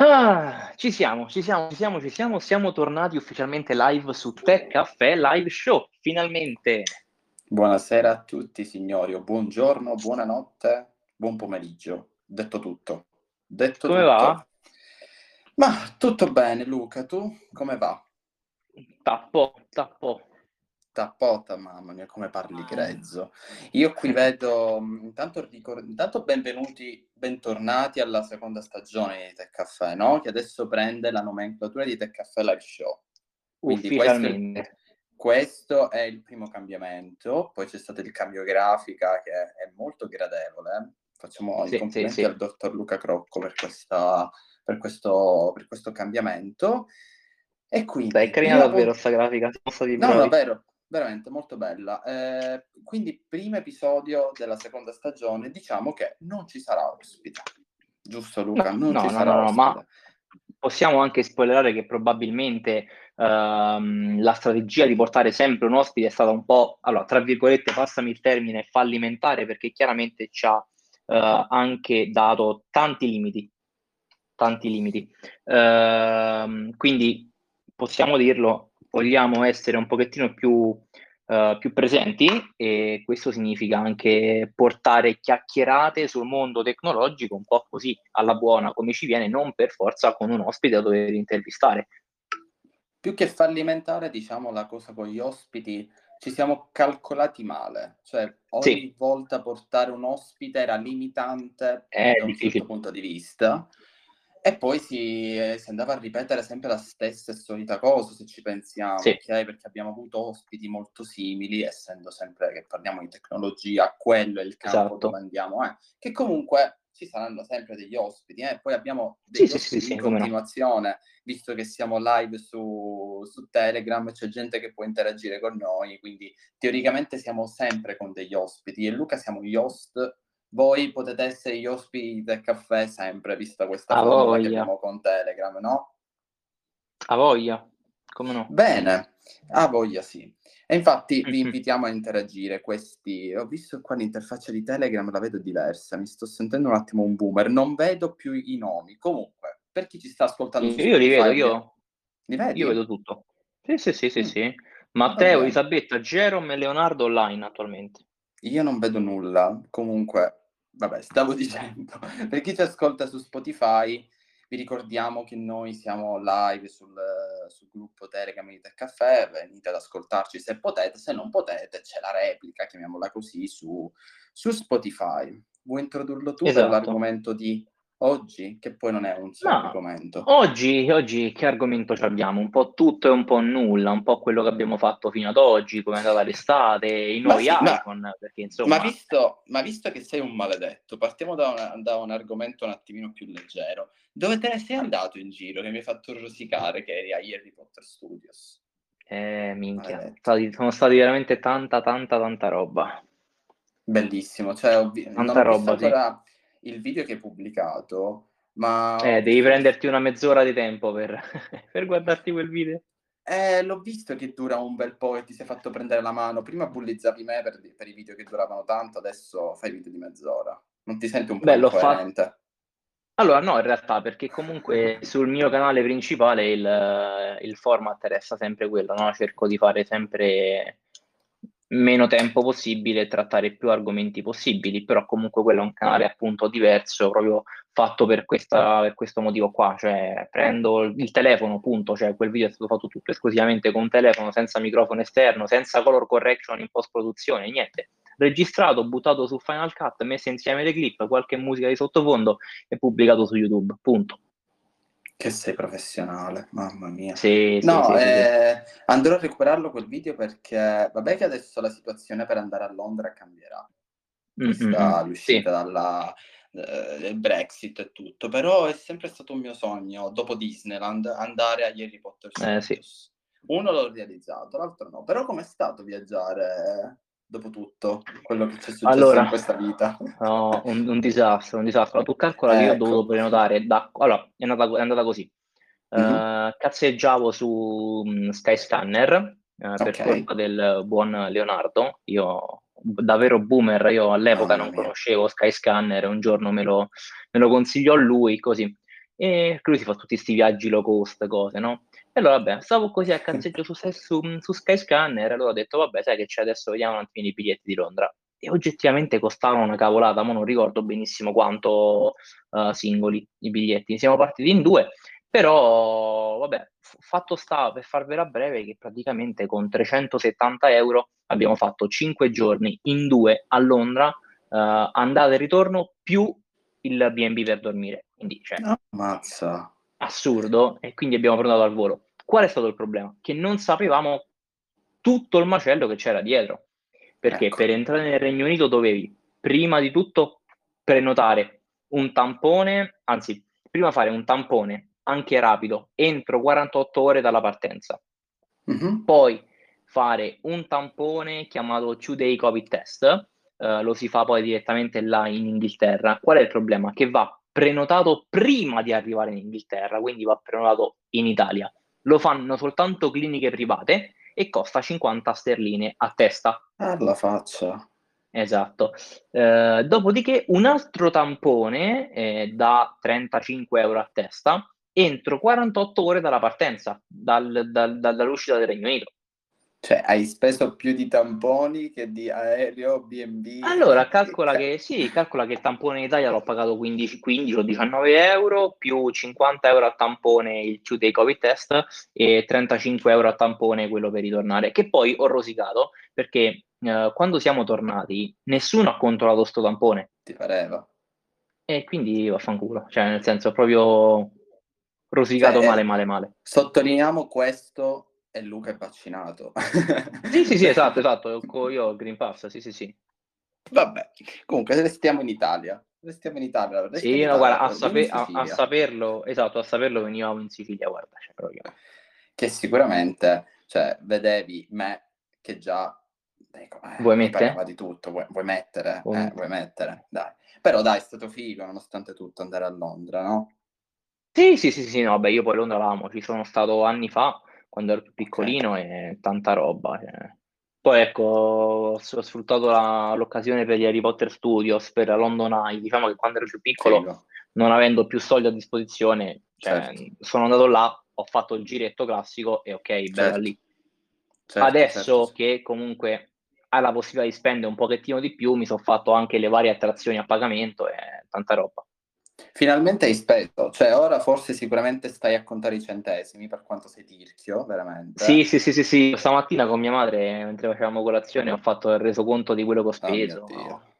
Siamo tornati ufficialmente live su Tech Caffè Live Show, finalmente. Buonasera a tutti signori, o buongiorno, buonanotte, buon pomeriggio. Detto tutto. Detto Come tutto. va? Ma tutto bene, Luca, tu come va? Tappo. Tappota, mamma mia, come parli grezzo. Io qui vedo, intanto bentornati alla seconda stagione di Tech Caffè, no? Che adesso prende la nomenclatura di Tech Caffè Live Show. Quindi Ufficialmente. questo è il primo cambiamento, poi c'è stato il cambio grafica che è molto gradevole. Facciamo i complimenti Sì. al dottor Luca Crocco per questo cambiamento. E È quindi, carina davvero sta grafica, siamo stati no, bravi. vero, veramente molto bella. Quindi, primo episodio della seconda stagione, diciamo che non ci sarà ospite. Giusto, Luca? Non ci sarà No, ma ospite. possiamo anche spoilerare che probabilmente la strategia di portare sempre un ospite è stata un po', allora, tra virgolette, passami il termine, fallimentare, perché chiaramente ci ha anche dato tanti limiti. Quindi possiamo dirlo, vogliamo essere un pochettino più presenti, e questo significa anche portare chiacchierate sul mondo tecnologico un po' così alla buona, come ci viene, non per forza con un ospite da dover intervistare. Più che fallimentare, diciamo, la cosa con gli ospiti, ci siamo calcolati male. Cioè, ogni Sì, volta portare un ospite era limitante è da un certo difficile. punto di vista. E poi si andava a ripetere sempre la stessa e solita cosa, se ci pensiamo, Sì, ok? Perché abbiamo avuto ospiti molto simili, essendo sempre che parliamo di tecnologia, quello è il campo dove esatto. andiamo, che comunque ci saranno sempre degli ospiti, Poi abbiamo degli ospiti in Sì, come no. continuazione, visto che siamo live su Telegram, c'è gente che può interagire con noi, quindi teoricamente siamo sempre con degli ospiti. Io e Luca siamo gli host. Voi potete essere gli ospiti del caffè sempre, vista questa A formula che voglia, abbiamo con Telegram, no? a voglia, come no. Bene, a voglia sì. E infatti vi invitiamo a interagire. Ho visto qua l'interfaccia di Telegram, la vedo diversa, mi sto sentendo un attimo un boomer, non vedo più i nomi. Comunque, per chi ci sta ascoltando su Io li vedo, Spotify, io li vedi? vedo tutto. Mm, Sì. va Matteo, bene. Elisabetta, Jerome e Leonardo online attualmente. Io non vedo nulla, comunque, vabbè, stavo dicendo, per chi ci ascolta su Spotify, vi ricordiamo che noi siamo live sul gruppo Telegram di Tech Caffè, venite ad ascoltarci se potete, se non potete c'è la replica, chiamiamola così, su Spotify. Vuoi introdurlo tu per Esatto. l'argomento di oggi, che poi non è un solo Ma argomento? oggi che argomento ci abbiamo? Un po' tutto e un po' nulla, un po' quello che abbiamo fatto fino ad oggi, come è andata l'estate, i Ma nuovi sì, iPhone, perché ma insomma, visto che sei un maledetto, partiamo da un argomento un attimino più leggero. Dove te ne sei andato in giro che mi hai fatto rosicare che eri a Harry Potter Studios? minchia, Maledetto. sono stati veramente tanta roba. Bellissimo, cioè non Tanta ho visto roba, sì. ancora il video che hai pubblicato, ma ho Devi visto che prenderti una mezz'ora di tempo per, per guardarti quel video. l'ho visto che dura un bel po' e ti sei fatto prendere la mano. Prima bullizzavi me per i video che duravano tanto, adesso fai video di mezz'ora. Non ti senti un po' Beh, l'ho fatto. incoerente? Allora, no, in realtà, perché comunque sul mio canale principale il format resta sempre quello, no? Cerco di fare sempre meno tempo possibile e trattare più argomenti possibili, però comunque quello è un canale appunto diverso, proprio fatto per questo motivo qua, cioè prendo il telefono, punto, cioè quel video è stato fatto tutto esclusivamente con un telefono, senza microfono esterno, senza color correction in post-produzione, niente. Registrato, buttato su Final Cut, messo insieme le clip, qualche musica di sottofondo e pubblicato su YouTube, punto. Che sei professionale, mamma mia. No, Sì. andrò a recuperarlo quel video perché vabbè che adesso la situazione per andare a Londra cambierà, vista l'uscita Sì, del Brexit e tutto, però è sempre stato un mio sogno, dopo Disneyland, andare agli Harry Potter sì. Studios. Uno l'ho realizzato, l'altro no. Però com'è stato viaggiare dopo tutto quello che ci è successo in Allora, questa vita? no, un disastro, un disastro. Tu calcola che io ho dovuto Ecco. prenotare allora, è andata così. Mhm. Cazzeggiavo su Skyscanner, per Ok. colpa del buon Leonardo. Io, davvero boomer, io all'epoca Mamma non mia. conoscevo Skyscanner, un giorno me lo consigliò lui, così. e lui si fa tutti questi viaggi low cost, cose, no? E allora, vabbè, stavo così a cazzeggio su Skyscanner, allora ho detto, vabbè, sai che c'è, adesso vediamo un attimo i biglietti di Londra. E oggettivamente costavano una cavolata, ma non ricordo benissimo quanto singoli i biglietti. Siamo partiti in due, però, vabbè, fatto sta, per farvela breve, che praticamente con 370 euro abbiamo fatto 5 giorni in due a Londra, andata e ritorno, più il B&B per dormire. Quindi, cioè, Ammazza. assurdo, e quindi abbiamo prenotato al volo. Qual è stato il problema? Che non sapevamo tutto il macello che c'era dietro, perché Ecco. per entrare nel Regno Unito dovevi prima di tutto prenotare un tampone, anzi, prima fare un tampone anche rapido entro 48 ore dalla partenza, Mhm. poi fare un tampone chiamato 2-day Covid test, lo si fa poi direttamente là in Inghilterra. Qual è il problema? Che va prenotato prima di arrivare in Inghilterra, quindi va prenotato in Italia. Lo fanno soltanto cliniche private e costa 50 sterline a testa. Alla faccia. Esatto. Dopodiché un altro tampone da 35 euro a testa entro 48 ore dalla partenza, dall'uscita del Regno Unito. Cioè, hai speso più di tamponi che di aereo, B&B. Allora, calcola che sì, calcola che il tampone in Italia l'ho pagato 15 o 19 euro, più 50 euro a tampone il 2-day Covid test e 35 euro a tampone quello per ritornare, che poi ho rosicato perché quando siamo tornati nessuno ha controllato sto tampone Ti pareva? e quindi vaffanculo, cioè nel senso ho proprio rosicato Cioè, male male male. sottolineiamo questo e Luca è vaccinato. Sì, sì, sì, Cioè, esatto, esatto, io ho il Green Pass, sì, sì, sì. vabbè, comunque restiamo in Italia. Restiamo Sì, in no, Italia, guarda, vieni in a Sicilia. saperlo, esatto, a saperlo venivamo in Sicilia, guarda, cioè, proprio. Che sicuramente, cioè, vedevi me che già, dico, Vuoi mi pareva mettere? di tutto, vuoi mettere? Vuoi mettere? Vuoi mettere? Dai. Però dai, è stato figo, nonostante tutto, andare a Londra, no? Sì, sì, sì, sì, no, beh, io poi Londra l'amo, ci sono stato anni fa, quando ero più Ok, piccolino, e tanta roba. Cioè. Poi ecco, ho sfruttato l'occasione per gli Harry Potter Studios, per la London Eye, diciamo che quando ero più piccolo, figo, non avendo più soldi a disposizione, cioè, certo, sono andato là, ho fatto il giretto classico e ok, bella certo, lì. certo, certo. Adesso che comunque hai la possibilità di spendere un pochettino di più, mi sono fatto anche le varie attrazioni a pagamento e tanta roba. Finalmente hai speso, cioè ora forse sicuramente stai a contare i centesimi per quanto sei tirchio, Sì, veramente. sì, sì, sì, sì. Stamattina con mia madre, mentre facevamo colazione, ho fatto il resoconto di quello che ho Oh mio Dio. speso.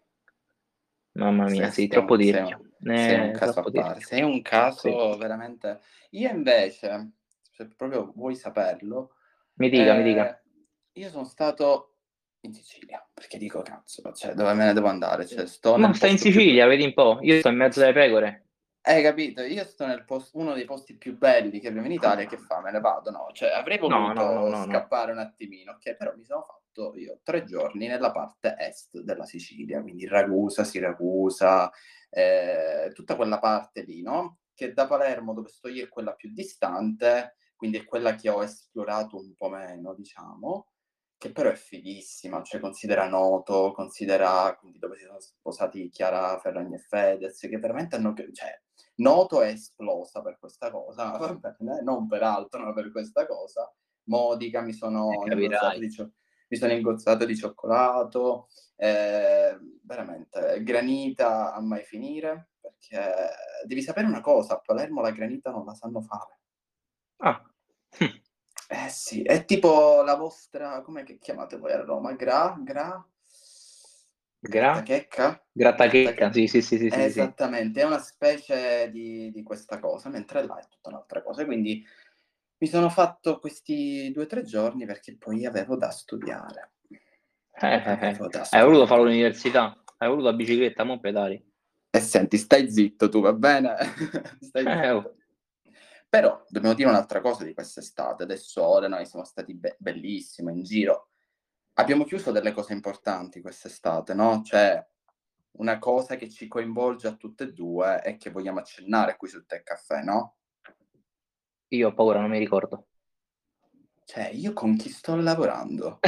Mamma mia, sì, troppo tirchio. Sei un caso a Troppo parte, tirchio. sei un Sì. caso veramente. Io invece, se proprio vuoi saperlo, Mi dica, mi dica. eh, io sono stato in Sicilia, perché dico cazzo, cioè dove me ne devo andare? Cioè, sto Ma nel stai in posto più. Sicilia, vedi un po'. Io sto in mezzo alle pecore. Hai capito? Io sto nel uno dei posti più belli che abbiamo in Italia, che fa? Me ne vado? No, cioè avrei No, no, no, voluto no, no. scappare un attimino, ok? Però mi sono fatto io 3 giorni nella parte est della Sicilia, quindi Ragusa, Siracusa, tutta quella parte lì, no? Che da Palermo, dove sto io, è quella più distante, quindi è quella che ho esplorato un po' meno, diciamo, che però è fighissima, cioè considera Noto, considera quindi dove si sono sposati Chiara Ferragni e Fedez, che veramente hanno, cioè, Noto è esplosa per questa cosa, va bene, non per altro, ma per questa cosa. Modica, Capirai. mi sono ingozzato di cioccolato, veramente, granita a mai finire, perché devi sapere una cosa, a Palermo la granita non la sanno fare. Ah. Hm. Eh sì, è tipo la vostra, com'è che chiamate voi a Roma? Gra? Grattachecca? Grattachecca, sì, sì, sì, sì, sì, sì. Esattamente, è una specie di questa cosa, mentre là è tutta un'altra cosa. Quindi mi sono fatto questi 2, 3 giorni perché poi avevo da studiare. Eh. Avevo da Hai voluto fare studiare. l'università? Hai voluto la bicicletta? Mo' pedali. E senti, stai zitto tu, va bene? Stai Oh. zitto. Però dobbiamo dire un'altra cosa di quest'estate, del sole, noi siamo stati bellissimo in giro. Abbiamo chiuso delle cose importanti quest'estate, no? Cioè, una cosa che ci coinvolge a tutte e due e che vogliamo accennare qui sul Tech Caffè, no? Io ho paura, non mi ricordo. Cioè, io con chi sto lavorando?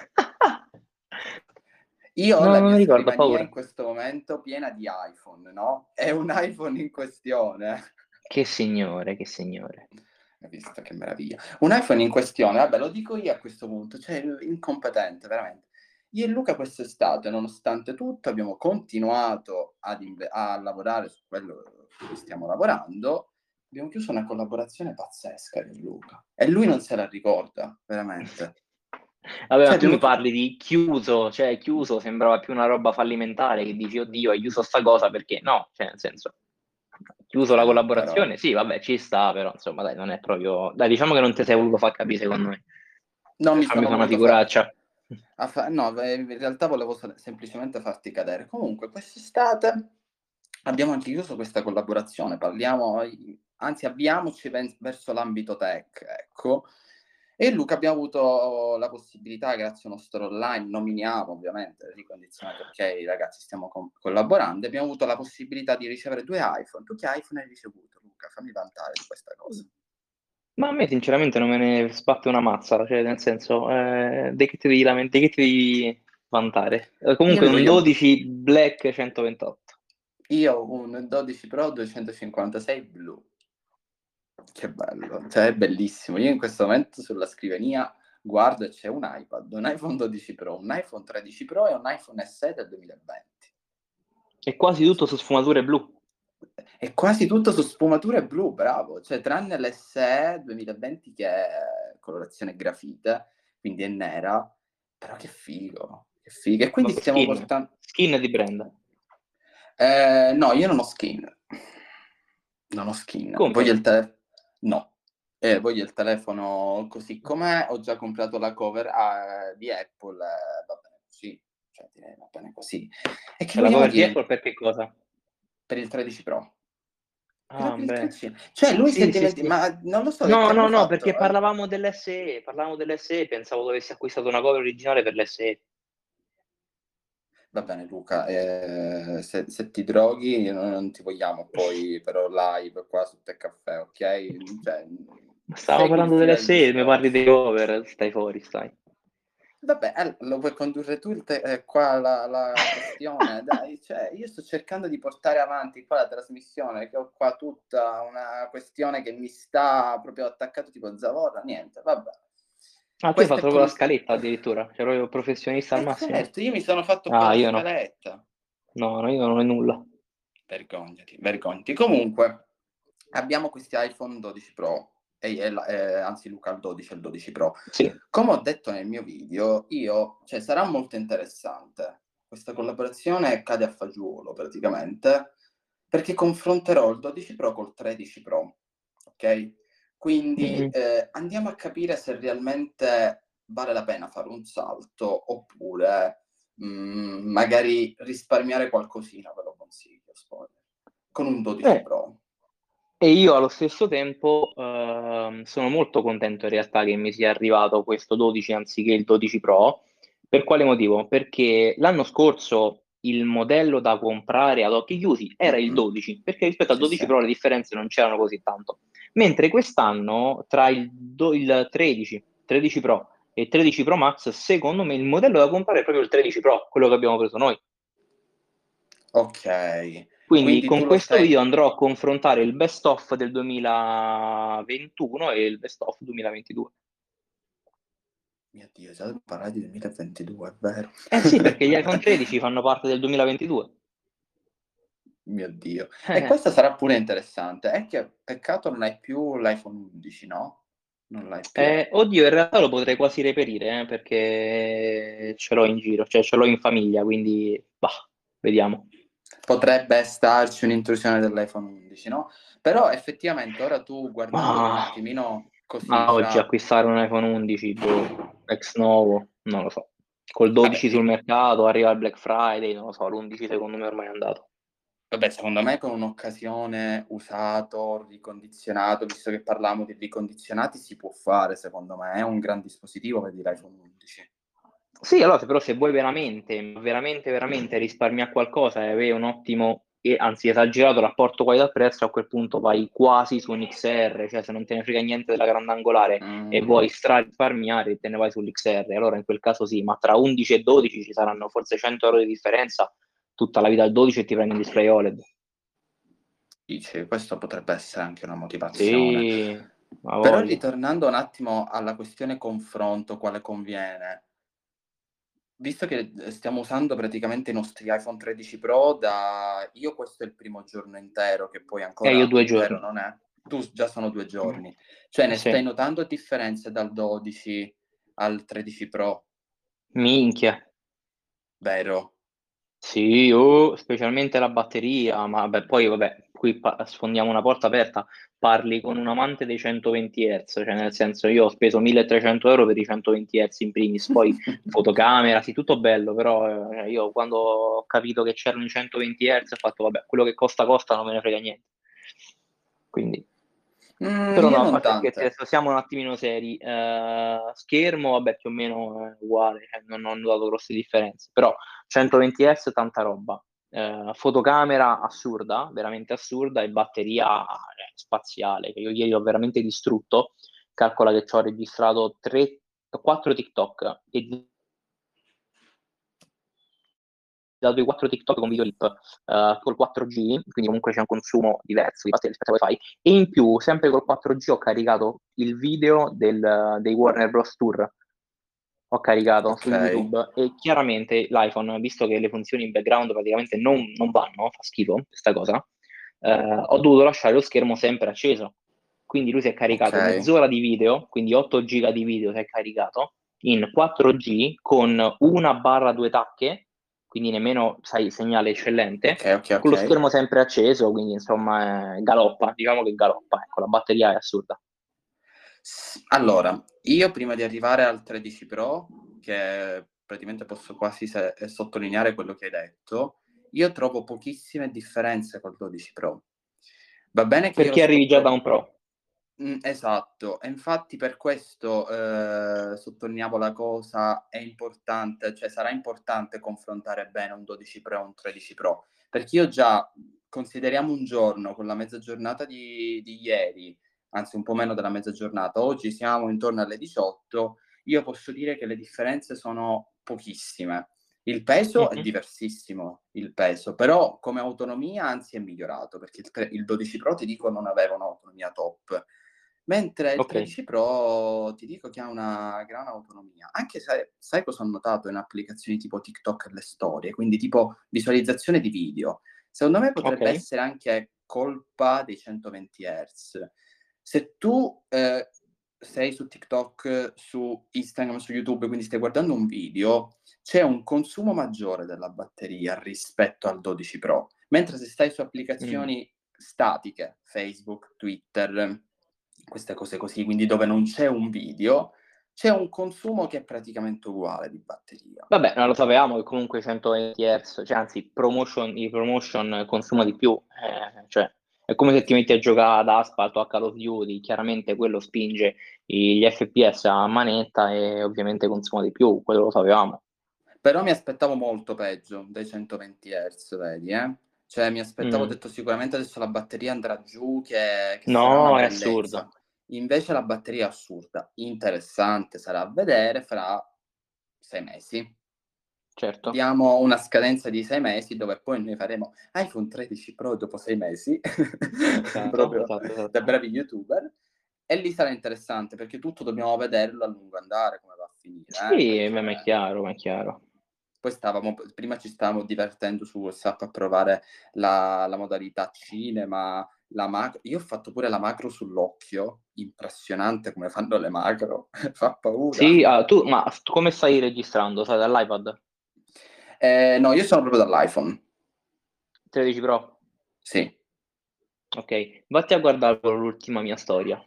Io ho No, la non mia mi ricordo, ho scrivania in paura. questo momento piena di iPhone, no? È un iPhone in questione. Che signore, che signore. Hai visto che meraviglia? Un iPhone in questione, vabbè, lo dico io a questo punto, cioè incompetente, veramente. Io e Luca quest'estate, nonostante tutto, abbiamo continuato a lavorare su quello che stiamo lavorando. Abbiamo chiuso una collaborazione pazzesca io e Luca. E lui non se la ricorda, veramente. Vabbè, ma Cioè tu mi abbiamo parli di chiuso, cioè chiuso sembrava più una roba fallimentare che dici, oddio, hai chiuso sta cosa perché no, cioè nel senso, chiuso la no, però collaborazione, sì, vabbè, ci sta, però insomma, dai, non è proprio... Dai, diciamo che non ti sei voluto far capire secondo me, non per mi farmi sono fare una voluto far figuraccia. no, in realtà volevo semplicemente farti cadere. Comunque quest'estate abbiamo anche chiuso questa collaborazione, parliamo anzi avviamoci verso l'ambito tech, ecco. E Luca abbiamo avuto la possibilità, grazie al nostro online, nominiamo ovviamente ricondizionati, ok ragazzi stiamo collaborando, abbiamo avuto la possibilità di ricevere 2 iPhone. Tu che iPhone hai ricevuto, Luca? Fammi vantare di questa cosa. Ma a me sinceramente non me ne sbatte una mazza, cioè nel senso, di che ti devi lamentare, di che ti devi vantare? Io Comunque ne un voglio 12 Black 128. io ho un 12 Pro 256 blu. Che bello, cioè è bellissimo. Io in questo momento sulla scrivania guardo e c'è un iPad, un iPhone 12 Pro, un iPhone 13 Pro e un iPhone SE del 2020. E quasi tutto su sfumature blu. E quasi tutto su sfumature blu, bravo. Cioè, tranne l'SE 2020 che è colorazione grafite, quindi è nera. Però che figo, che figo. E quindi Vabbè, stiamo skin. portando... Skin di brand. No, io non ho skin. Non ho skin. Voglio Compralo. il telefono... No. Voglio il telefono così com'è. Ho già comprato la cover di Apple. Va bene così. Cioè, direi va bene così. E che E la vogliamo cover di dire Apple per che cosa? per il 13 Pro? Quella Ah, per il beh. 13. Cioè, lui si è Sì, sì, dimenticato... sì. Ma non lo so che No, no, hanno no, fatto. perché parlavamo dell'SE, pensavo che avessi acquistato una cover originale per l'SE. Va bene, Luca, se ti droghi non ti vogliamo poi però live qua su Tech Caffè, ok? Cioè, Ma stavamo segui il parlando filo del dell'SE, mi parli discorso. di cover, stai fuori, stai. Vabbè, lo vuoi condurre tu qua la questione? Dai, cioè, io sto cercando di portare avanti qua la trasmissione, che ho qua tutta una questione che mi sta proprio attaccato tipo zavorra, niente, vabbè. Ah, tu hai Questo fatto è proprio la come... scaletta addirittura, cioè proprio professionista al massimo. certo, io mi sono fatto qua Ah, la io no. scaletta. No, no, io non ho nulla. Vergognati, vergognati. Comunque, abbiamo questi iPhone 12 Pro, anzi Luca il 12 e il 12 Pro. Sì. Come ho detto nel mio video, cioè sarà molto interessante. Questa collaborazione cade a fagiolo praticamente, perché confronterò il 12 Pro col 13 Pro, ok? Quindi Mm. andiamo a capire se realmente vale la pena fare un salto oppure magari risparmiare qualcosina, ve lo consiglio, spoiler, con un 12 Eh, Pro. E io allo stesso tempo sono molto contento in realtà che mi sia arrivato questo 12 anziché il 12 Pro. Per quale motivo? Perché l'anno scorso il modello da comprare ad occhi chiusi era il Mhm. 12, perché rispetto al Sì, 12 sì. Pro le differenze non c'erano così tanto. Mentre quest'anno tra il 13, 13 Pro e il 13 Pro Max, secondo me il modello da comprare è proprio il 13 Pro, quello che abbiamo preso noi. Ok, Quindi quindi con tu lo questo stai... video andrò a confrontare il best of del 2021 e il best of 2022. Mio Dio, già devo parlare di 2022, è vero. Eh sì, perché gli iPhone 13 fanno parte del 2022. Mio Dio. E questo sarà pure interessante. È che peccato non hai più l'iPhone 11, no? Non l'hai più. Oddio, in realtà lo potrei quasi reperire, perché ce l'ho in giro, cioè ce l'ho in famiglia, quindi bah, vediamo. Potrebbe starci un'intrusione dell'iPhone 11, no? Però effettivamente ora tu guardandolo un Ma attimino così a oggi fra... acquistare un iPhone 11, boh, ex novo, non lo so. Col Vabbè, 12 sul mercato, arriva il Black Friday, non lo so, l'11 secondo me ormai è andato. vabbè, secondo me con un'occasione usato, ricondizionato, visto che parliamo di ricondizionati, si può fare, secondo me. È un gran dispositivo per l'iPhone 11. Sì, allora, però se vuoi veramente, veramente, veramente risparmiare qualcosa e avere un ottimo e anzi esagerato rapporto qualità-prezzo, a quel punto vai quasi su un XR, cioè se non te ne frega niente della grandangolare e Mm. vuoi risparmiare, te ne vai sull'XR. Allora in quel caso sì, ma tra 11 e 12 ci saranno forse 100 euro di differenza, tutta la vita al 12 e ti prendi un display OLED. dici, questo potrebbe essere anche una motivazione. Sì, ma Però voglia. ritornando un attimo alla questione confronto, quale conviene, visto che stiamo usando praticamente i nostri iPhone 13 Pro da io questo è il primo giorno intero, che poi Io ancora 2 giorni. intero non è, tu già sono 2 giorni. Cioè ne Sì, stai notando differenze dal 12 al 13 Pro, minchia. vero? Sì, specialmente la batteria, ma vabbè, poi vabbè, qui sfondiamo una porta aperta, parli con un amante dei 120 Hz, cioè nel senso io ho speso 1300 € per i 120 Hz in primis, poi fotocamera, sì, tutto bello, però io quando ho capito che c'erano i 120 Hz ho fatto vabbè, quello che costa costa, non me ne frega niente. Quindi però Io no, a non parte scherzi, tante. adesso siamo un attimino seri. Schermo, vabbè, più o meno è uguale, cioè non ho notato grosse differenze. Però 120 Hz, tanta roba. Fotocamera assurda, veramente assurda, e batteria spaziale, che io ieri ho veramente distrutto. Calcola che ci ho registrato 4 TikTok e dato i 4 TikTok con video clip col 4G, quindi comunque c'è un consumo diverso di batteria rispetto a Wi-Fi, e in più, sempre col 4G, ho caricato il video dei Warner Bros. Tour, ho caricato Ok, su YouTube, e chiaramente l'iPhone, visto che le funzioni in background praticamente non vanno, fa schifo questa cosa, ho dovuto lasciare lo schermo sempre acceso. Quindi lui si è ok, caricato mezz'ora di video, quindi 8 giga di video si è caricato in 4G con 1/2 tacche, quindi nemmeno, sai, segnale ok, eccellente, ok, con ok. lo schermo sempre acceso, quindi insomma galoppa, diciamo che galoppa, ecco, la batteria è assurda. Allora, io prima di arrivare al 13 Pro, che praticamente posso quasi sottolineare quello che hai detto, io trovo pochissime differenze col 12 Pro. Va bene che io lo Perché sto arrivi già da provando. un Pro. Esatto, e infatti per questo sottolineavo la cosa, è importante, cioè sarà importante confrontare bene un 12 Pro e un 13 Pro, perché io già, consideriamo un giorno con la mezza giornata di ieri, anzi un po' meno della mezza giornata, oggi siamo intorno alle 18, io posso dire che le differenze sono pochissime. Il peso è Mhm. diversissimo, il peso, però come autonomia anzi è migliorato, perché il 12 Pro ti dico non aveva un'autonomia top, mentre il Ok, 13 Pro ti dico che ha una gran autonomia. Anche se sai cosa ho notato in applicazioni tipo TikTok e le storie, quindi tipo visualizzazione di video. Secondo me ok. potrebbe essere anche colpa dei 120 Hz. Se tu sei su TikTok, su Instagram, su YouTube, quindi stai guardando un video, c'è un consumo maggiore della batteria rispetto al 12 Pro, mentre se stai su Mm. applicazioni statiche, Facebook, Twitter, queste cose così, quindi dove non c'è un video, c'è un consumo che è praticamente uguale di batteria. Vabbè, non lo sapevamo che comunque 120 Hz, cioè anzi, i promotion consuma di più, cioè è come se ti metti a giocare ad Asphalt o a Call of Duty, chiaramente quello spinge gli FPS a manetta e ovviamente consuma di più, quello lo sapevamo. Però mi aspettavo molto peggio dei 120 Hz, vedi, eh? Cioè mi aspettavo, ho Mm. detto sicuramente adesso la batteria andrà giù, che sarà una No, è assurdo, bellezza. Invece la batteria è assurda, interessante, sarà a vedere fra 6 mesi. certo. Diamo una scadenza di 6 mesi dove poi noi faremo iPhone 13 Pro dopo 6 mesi, Esatto, proprio esatto, da esatto. bravi YouTuber, e lì sarà interessante perché tutto dobbiamo vederlo a lungo andare come va a finire, Sì, perché ma è chiaro, ma è chiaro. poi prima ci stavamo divertendo su WhatsApp a provare la modalità cinema, la macro. Io ho fatto pure la macro sull'occhio, impressionante come fanno le macro, fa paura. Sì, tu come stai registrando? Stai dall'iPad? No, io sono proprio dall'iPhone, 13 Pro? sì. Ok, vatti a guardare l'ultima mia storia.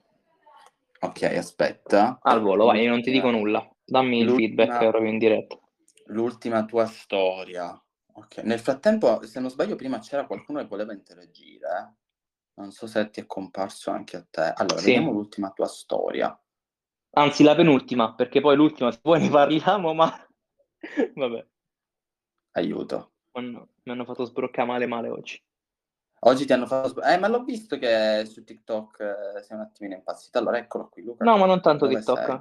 Ok, aspetta. Al volo, vai, non ti dico L'ultima, nulla. Dammi il feedback l'ultima, proprio in diretta. l'ultima tua storia. Ok, nel frattempo, se non sbaglio, prima c'era qualcuno che voleva interagire. Non so se ti è comparso anche a te. Allora, vediamo Sì, l'ultima tua storia. anzi la penultima, perché poi l'ultima, se poi ne parliamo, ma vabbè, Aiuto. mi hanno fatto sbroccare male male oggi. Oggi ti hanno fatto... ma l'ho visto che su TikTok sei un attimino impazzito. Allora, eccolo qui, Luca. No, ma non tanto Dove sei? TikTok.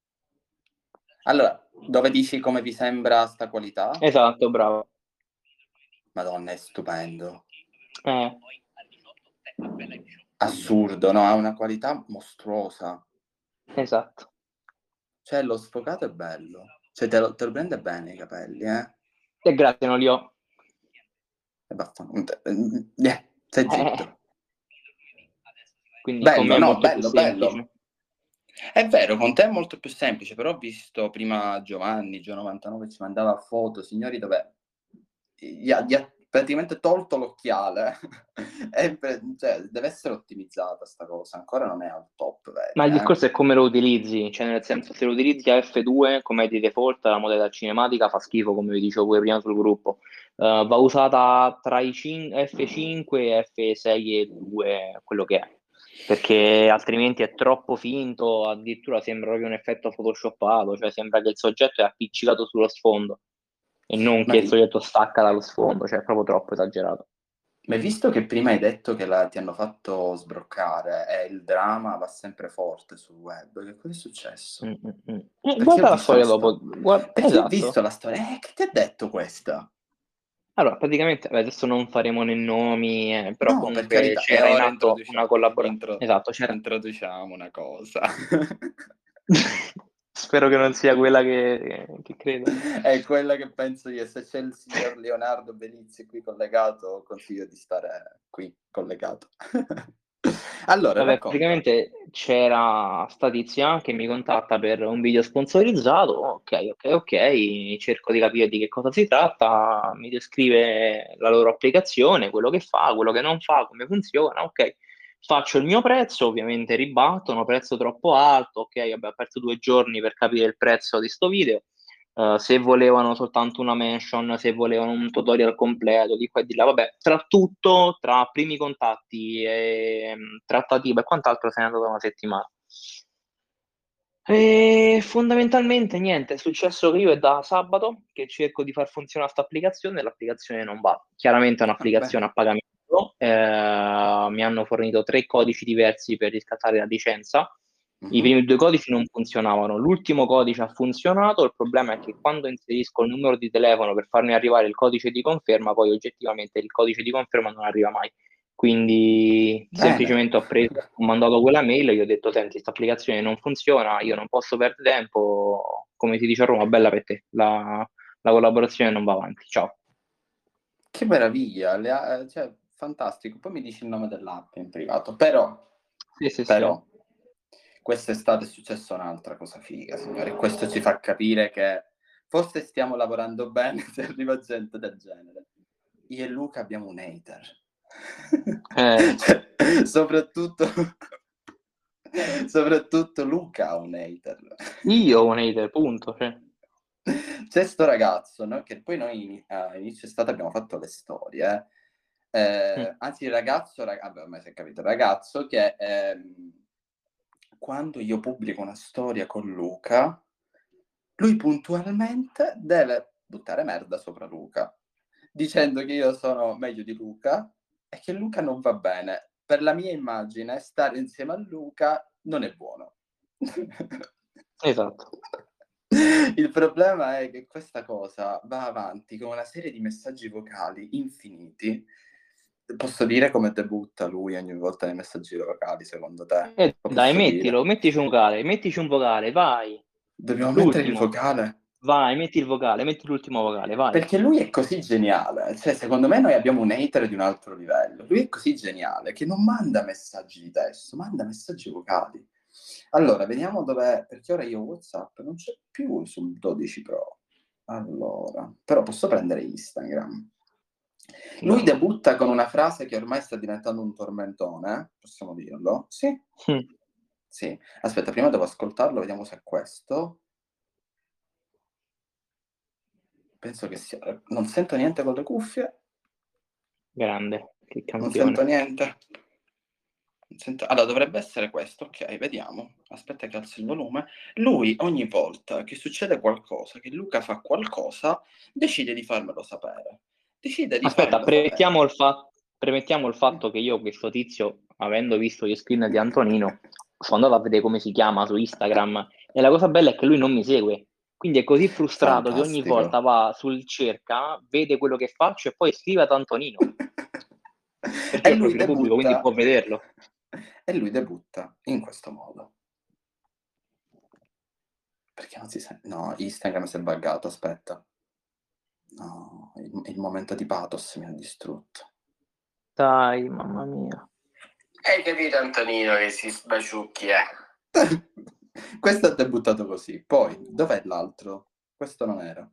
Allora, dove dici come vi sembra sta qualità? Esatto, bravo. Madonna, è stupendo. Eh, assurdo, no? Ha una qualità mostruosa. Esatto. Cioè, lo sfocato è bello. Cioè, te lo prende bene i capelli, eh? E grazie, non li ho. E stai Eh, zitto. quindi con me Bello, è no, molto più bello, bello. semplice. È vero, con te è molto più semplice, però ho visto prima Giovanni, Gio99 ci mandava foto, signori, dove gli ha praticamente tolto l'occhiale. Cioè, deve essere ottimizzata sta cosa, ancora non è al top, Ma vedi, il eh? discorso è come lo utilizzi, cioè nel senso se lo utilizzi a F2 come di default la modalità cinematica fa schifo come vi dicevo pure prima sul gruppo. Va usata tra i F5 e F6 e 2, quello che è, perché altrimenti è troppo finto, addirittura sembra proprio un effetto photoshoppato, cioè sembra che il soggetto è appiccicato sullo sfondo e non Ma, che il vi- soggetto stacca dallo sfondo, cioè è proprio troppo esagerato. ma hai visto che prima hai detto che ti hanno fatto sbroccare e il dramma va sempre forte sul web? Che cosa è successo? Mm, mm, mm. Perché ho Guarda la visto una storia dopo, storia. Perché ho visto esatto. la storia. Che ti ha detto questa? Allora, praticamente, beh, adesso non faremo né nomi, però No, per comunque carità. E c'era in ora atto una collaborazione. Esatto, c'era. introduciamo una cosa. Spero che non sia quella che credo. È quella che penso io. Se c'è il signor Leonardo Benizzi qui collegato, consiglio di stare qui collegato. Allora, Vabbè, racconta. praticamente c'era sta tizia che mi contatta per un video sponsorizzato. Ok, ok, ok. Cerco di capire di che cosa si tratta. Mi descrive la loro applicazione, quello che fa, quello che non fa, come funziona. Ok, faccio il mio prezzo. Ovviamente ribattono, prezzo troppo alto. Ok, vabbè, ho perso 2 giorni per capire il prezzo di sto video. Se volevano soltanto una mention, se volevano un tutorial completo, di qua e di là, vabbè, tra tutto, tra primi contatti e trattativa e quant'altro, se ne è andata una settimana. E fondamentalmente niente, è successo che io è da sabato che cerco di far funzionare questa applicazione e l'applicazione non va. Chiaramente è Vabbè. un'applicazione a pagamento, mi hanno fornito 3 codici diversi per riscattare la licenza. I Mhm. primi 2 codici non funzionavano, l'ultimo codice ha funzionato, il problema è che quando inserisco il numero di telefono per farmi arrivare il codice di conferma, poi oggettivamente il codice di conferma non arriva mai. Quindi Bene. semplicemente ho mandato quella mail e gli ho detto: Senti, questa applicazione non funziona, io non posso perdere tempo. Come si dice a Roma, bella per te, la collaborazione non va avanti. Ciao. Che meraviglia, cioè, fantastico. Poi mi dici il nome dell'app in privato. Però, Sì, sì, sì. però, quest'estate è successa un'altra cosa figa, signore. E questo ci fa capire che forse stiamo lavorando bene se arriva gente del genere. Io e Luca abbiamo un hater. Ecco, Cioè, soprattutto Luca ha un hater. io ho un hater, punto. Cioè. C'è sto ragazzo, no? Che poi noi a inizio estate abbiamo fatto le storie. Mm. Anzi, il ragazzo, vabbè, ormai si è capito, il ragazzo che quando io pubblico una storia con Luca, lui puntualmente deve buttare merda sopra Luca, dicendo che io sono meglio di Luca e che Luca non va bene. Per la mia immagine, stare insieme a Luca non è buono. Esatto. Il problema è che questa cosa va avanti con una serie di messaggi vocali infiniti. Posso dire come debutta lui ogni volta nei messaggi vocali, secondo te? Lo Dai, posso mettilo, dire? mettici un vocale, vai. Dobbiamo mettere il L'ultimo, vocale? vai, metti il vocale, metti l'ultimo vocale, vai. Perché lui è così geniale, cioè secondo me noi abbiamo un hater di un altro livello. Lui è così geniale che non manda messaggi di testo, manda messaggi vocali. Allora, vediamo dov'è, perché ora io WhatsApp non c'è più sul 12 Pro. Allora, però posso prendere Instagram. Lui Vai. debutta con una frase che ormai sta diventando un tormentone, possiamo dirlo? Sì, Mm. sì. Aspetta, prima devo ascoltarlo, vediamo se è questo. Penso che sia. Non sento niente con le cuffie. Grande, che Non sento campione. niente. Allora, dovrebbe essere questo, ok, vediamo. Aspetta che alzo il volume. Lui, ogni volta che succede qualcosa, che Luca fa qualcosa, decide di farmelo sapere. Decide di Aspetta, farmelo sapere. premettiamo il fatto che io questo tizio, avendo visto gli screen di Antonino, sono andato a vedere come si chiama su Instagram e la cosa bella è che lui non mi segue. Quindi è così frustrato che ogni Fantastico. volta va sul cerca, vede quello che faccio e poi scrive ad Antonino. Perché E ho il lui profilo pubblico, quindi debutta, può vederlo. e lui debutta in questo modo. Perché non si sente? No, Instagram si è buggato, aspetta. No, il momento di pathos mi ha distrutto. Dai, mamma mia. Hai capito Antonino che si sbaciucchi, Questo è debuttato così. Poi, dov'è l'altro? Questo non era.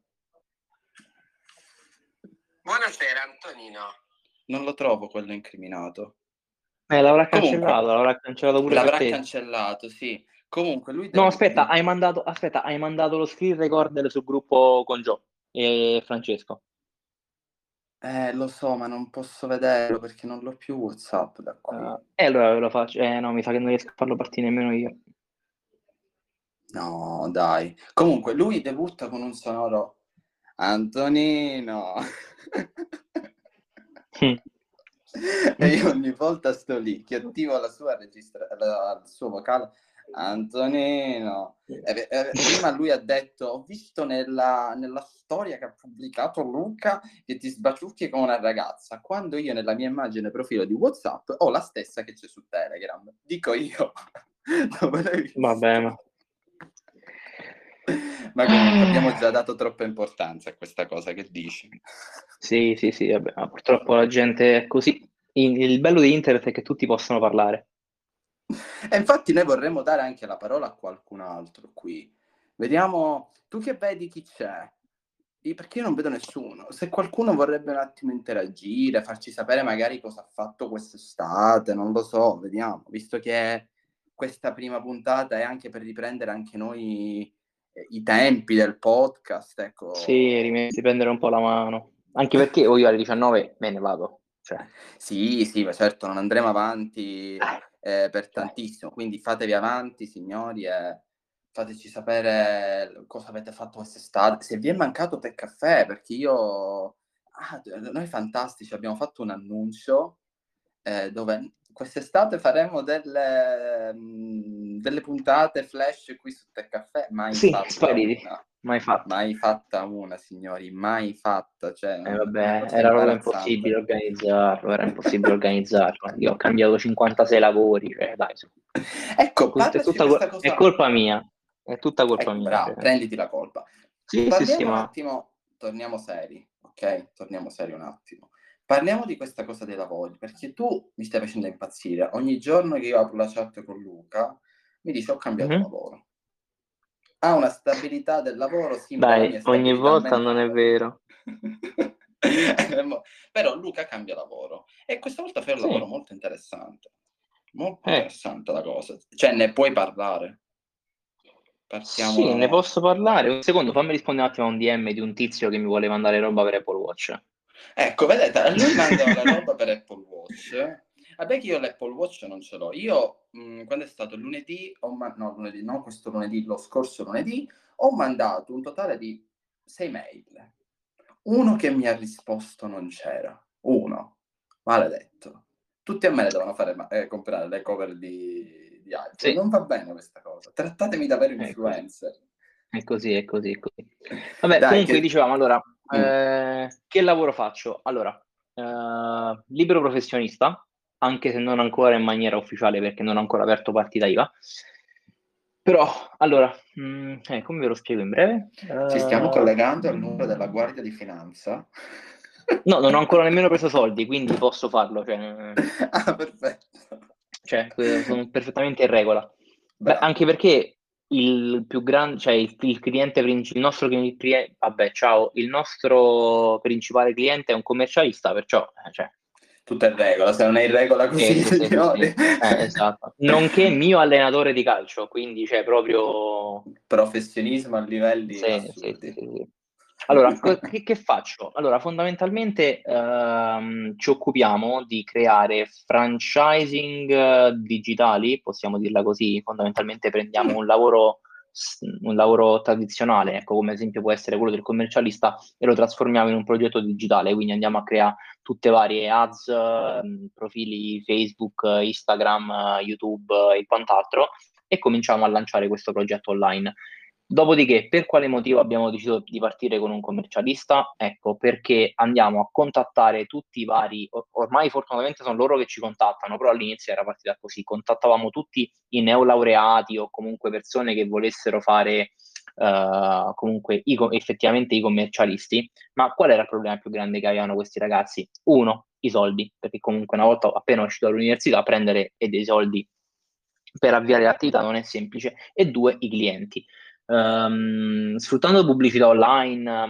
Buonasera Antonino. Non lo trovo quello incriminato. L'avrà Comunque, cancellato pure per l'avrà te. cancellato, sì. Comunque lui No, aspetta, hai mandato lo screen recorder sul gruppo con Gio e Francesco. Lo so, ma non posso vederlo perché non l'ho più WhatsApp da qui. E allora ve lo faccio. No, mi sa che non riesco a farlo partire nemmeno io. No, dai. Comunque, lui debutta con un sonoro Antonino. E io ogni volta sto lì che attivo la sua il suo vocale Antonino. Prima lui ha detto: ho visto nella storia che ha pubblicato Luca che ti sbaciucchi con una ragazza, quando io nella mia immagine profilo di WhatsApp ho la stessa che c'è su Telegram. Dico io. Dove l'hai visto? Vabbè, Ma comunque abbiamo già dato troppa importanza a questa cosa, che dici? Sì, vabbè, ma purtroppo la gente è così. Il bello di internet è che tutti possono parlare. E infatti noi vorremmo dare anche la parola a qualcun altro qui. Vediamo, tu che vedi chi c'è? Perché io non vedo nessuno. Se qualcuno vorrebbe un attimo interagire, farci sapere magari cosa ha fatto quest'estate, non lo so, vediamo. Visto che questa prima puntata è anche per riprendere anche noi i tempi del podcast, ecco. Sì, riprendere un po' la mano. Anche perché io alle 19 me ne vado. Cioè. Sì, ma certo, non andremo avanti per tantissimo, quindi fatevi avanti, signori, e fateci sapere cosa avete fatto quest'estate, se vi è mancato Tè Caffè, perché noi fantastici abbiamo fatto un annuncio dove quest'estate faremo delle puntate flash qui su Tè Caffè, mai Sì, fatta spariti, una. mai fatto. Mai fatta una, signori, mai fatta, cioè una Vabbè, cosa era proprio imbarazzante. impossibile organizzarlo. Io ho cambiato 56 lavori, cioè, dai, su. Ecco, È parlaci di tutta, questa è cosa. colpa mia, è tutta colpa Ecco, mia. bravo, Cioè. prenditi la colpa. Sì, Parliamo un ma attimo, torniamo seri, ok? Torniamo seri un attimo. Parliamo di questa cosa dei lavori, perché tu mi stai facendo impazzire. Ogni giorno che io apro la chat con Luca, mi dice ho cambiato lavoro. Ha una stabilità del lavoro simile alla dai, mia ogni stabilità volta non è mentale. vero. Però Luca cambia lavoro e questa volta fai un lavoro molto interessante. Molto interessante la cosa. Cioè, ne puoi parlare. Partiamo. Sì, ne posso parlare. Un secondo, fammi rispondere un attimo a un DM di un tizio che mi vuole mandare roba per Apple Watch. Ecco, vedete, a lui mandano la roba per Apple Watch. Vabbè che io l'Apple Watch non ce l'ho. Io, quando è stato lunedì, no, lunedì, no, questo lunedì, lo scorso lunedì, ho mandato un totale di 6 mail. Uno che mi ha risposto non c'era. Uno. Maledetto. Tutti a me ne devono fare comprare le cover di iPhone. Sì. Non va bene questa cosa. Trattatemi da vero È influencer. È così. Vabbè, Dai, comunque dicevamo, allora, che lavoro faccio? Allora, libero professionista, anche se non ancora in maniera ufficiale perché non ho ancora aperto partita IVA. Però, allora, come ve lo spiego in breve? Ci stiamo collegando al numero della Guardia di Finanza. No, non ho ancora nemmeno preso soldi, quindi posso farlo. Ah, perfetto. Sono perfettamente in regola. Beh, Bravo. anche perché il più grande, cioè il cliente principale, il nostro cliente, vabbè, ciao, il nostro principale cliente è un commercialista, perciò, Tutto in regola, se non è in regola così, sì. signori. Esatto. Nonché mio allenatore di calcio, quindi c'è proprio. Professionismo a livelli Sì. assurdi. Allora, che faccio? Allora, fondamentalmente ci occupiamo di creare franchising digitali, possiamo dirla così. Fondamentalmente prendiamo un lavoro tradizionale, ecco, come esempio può essere quello del commercialista, e lo trasformiamo in un progetto digitale, quindi andiamo a creare tutte varie ads, profili Facebook, Instagram, YouTube e quant'altro, e cominciamo a lanciare questo progetto online. Dopodiché, per quale motivo abbiamo deciso di partire con un commercialista? Ecco, perché andiamo a contattare tutti i vari, ormai fortunatamente sono loro che ci contattano, però all'inizio era partita così, contattavamo tutti i neolaureati o comunque persone che volessero fare comunque effettivamente i commercialisti, ma qual era il problema più grande che avevano questi ragazzi? Uno, i soldi, perché comunque una volta appena uscito dall'università prendere dei soldi per avviare l'attività non è semplice, e due, i clienti. Sfruttando pubblicità online,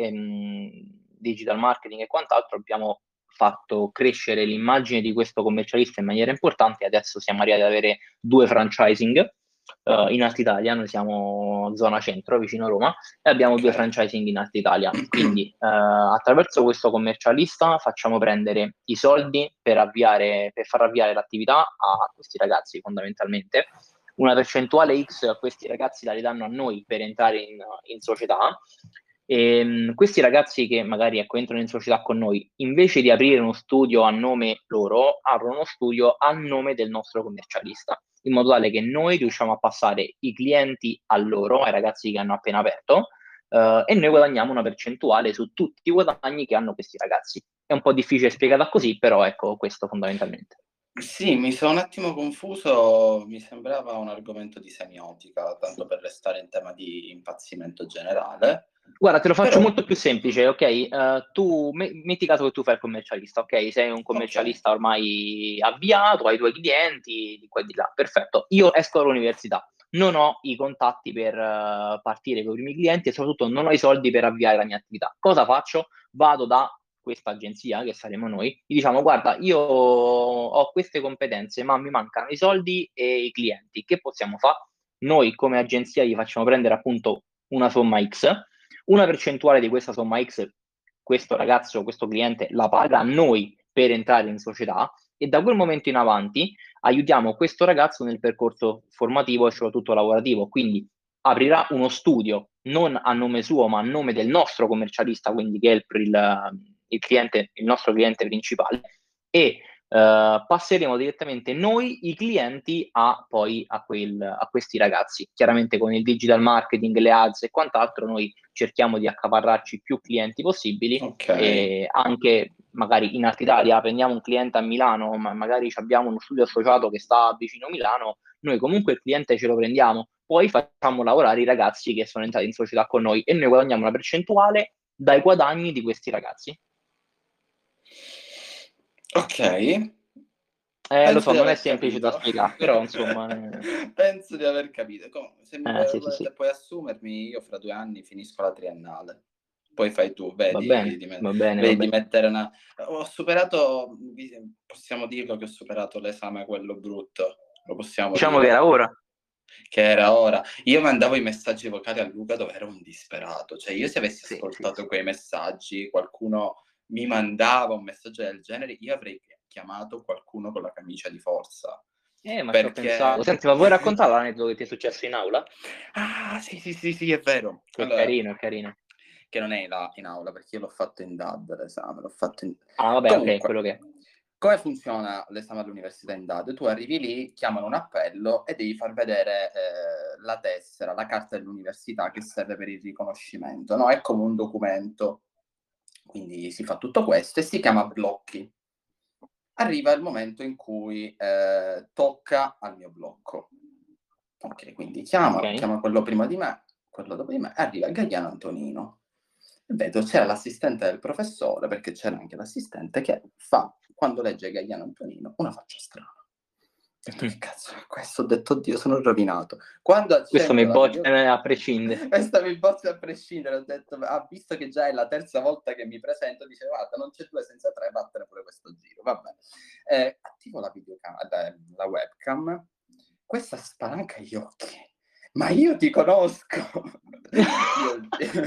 digital marketing e quant'altro, abbiamo fatto crescere l'immagine di questo commercialista in maniera importante e adesso siamo arrivati ad avere 2 franchising in Alta Italia. Noi siamo zona centro, vicino Roma, e abbiamo 2 Ok. franchising in Alta Italia. Quindi attraverso questo commercialista facciamo prendere i soldi per far avviare l'attività a questi ragazzi fondamentalmente. Una percentuale X a questi ragazzi la ridanno a noi per entrare in società. E, questi ragazzi che magari ecco, entrano in società con noi, invece di aprire uno studio a nome loro, aprono uno studio a nome del nostro commercialista, in modo tale che noi riusciamo a passare i clienti a loro, ai ragazzi che hanno appena aperto, e noi guadagniamo una percentuale su tutti i guadagni che hanno questi ragazzi. È un po' difficile spiegata così, però ecco questo fondamentalmente. Sì, mi sono un attimo confuso, mi sembrava un argomento di semiotica, tanto per restare in tema di impazzimento generale, Guarda, te lo faccio però, molto più semplice, ok? Tu metti caso che tu fai il commercialista, ok? Sei un ok, commercialista ormai avviato, hai i tuoi clienti di qua e di là, perfetto. Io esco dall'università, non ho i contatti per partire con i primi clienti e soprattutto non ho i soldi per avviare la mia attività. Cosa faccio? Vado da questa agenzia, che saremo noi, gli diciamo: guarda, io ho queste competenze, ma mi mancano i soldi e i clienti. Che possiamo fare? Noi come agenzia gli facciamo prendere appunto una somma X, una percentuale di questa somma X, questo ragazzo, questo cliente la paga a noi per entrare in società, e da quel momento in avanti aiutiamo questo ragazzo nel percorso formativo e soprattutto lavorativo. Quindi aprirà uno studio non a nome suo, ma a nome del nostro commercialista, quindi che è il cliente, il nostro cliente principale, e passeremo direttamente noi i clienti a questi ragazzi. Chiaramente con il digital marketing, le ads e quant'altro, noi cerchiamo di accaparrarci più clienti possibili, ok. e anche magari in Alta Italia prendiamo un cliente a Milano, ma magari abbiamo uno studio associato che sta vicino a Milano, noi comunque il cliente ce lo prendiamo, poi facciamo lavorare i ragazzi che sono entrati in società con noi e noi guadagniamo una percentuale dai guadagni di questi ragazzi. Ok, Lo penso so, di non è aver semplice da capito. spiegare, però insomma, Penso di aver capito. Comunque, se mi sì, sì, sì, volete poi assumermi, io fra 2 anni finisco la triennale. Poi fai tu, va bene, va bene, va vedi di bene. mettere una... Ho superato, possiamo dirlo che ho superato l'esame quello brutto, lo possiamo Diciamo che era dire, ora. che era ora. Io mandavo i messaggi vocali a Luca dove ero un disperato, cioè io se avessi Sì, sì, sì. ascoltato quei messaggi, qualcuno mi mandava un messaggio del genere, io avrei chiamato qualcuno con la camicia di forza. Ma ci ho pensato. Perché... Senti, ma vuoi raccontare l'aneddoto che ti è successo in aula? Ah, sì, sì, sì, sì, è vero. Che è Allora, carino, è carino. che non è in aula, perché io l'ho fatto in DAD l'esame, l'ho fatto in... Ah, vabbè, ok, Comunque, quello che è. come funziona l'esame all'università in DAD? Tu arrivi lì, chiamano un appello e devi far vedere la tessera, la carta dell'università che serve per il riconoscimento, no? È come un documento. Quindi si fa tutto questo e si chiama blocchi. Arriva il momento in cui tocca al mio blocco. Ok, quindi Ok. chiama quello prima di me, quello dopo di me, arriva Gagliano Antonino. Vedo c'era l'assistente del professore, perché c'era anche l'assistente che fa, quando legge Gagliano Antonino, una faccia strana. Ho detto, che cazzo è questo? Ho detto, oddio, sono rovinato. Quando Questo mi accendo la boccia video... a prescindere. Questa mi bozza a prescindere, ho detto, visto che già è la terza volta che mi presento, dice, guarda, non c'è 2 senza 3, vattene pure questo giro, va bene. Attivo la la webcam, questa spalanca gli occhi. Ma io ti conosco! io,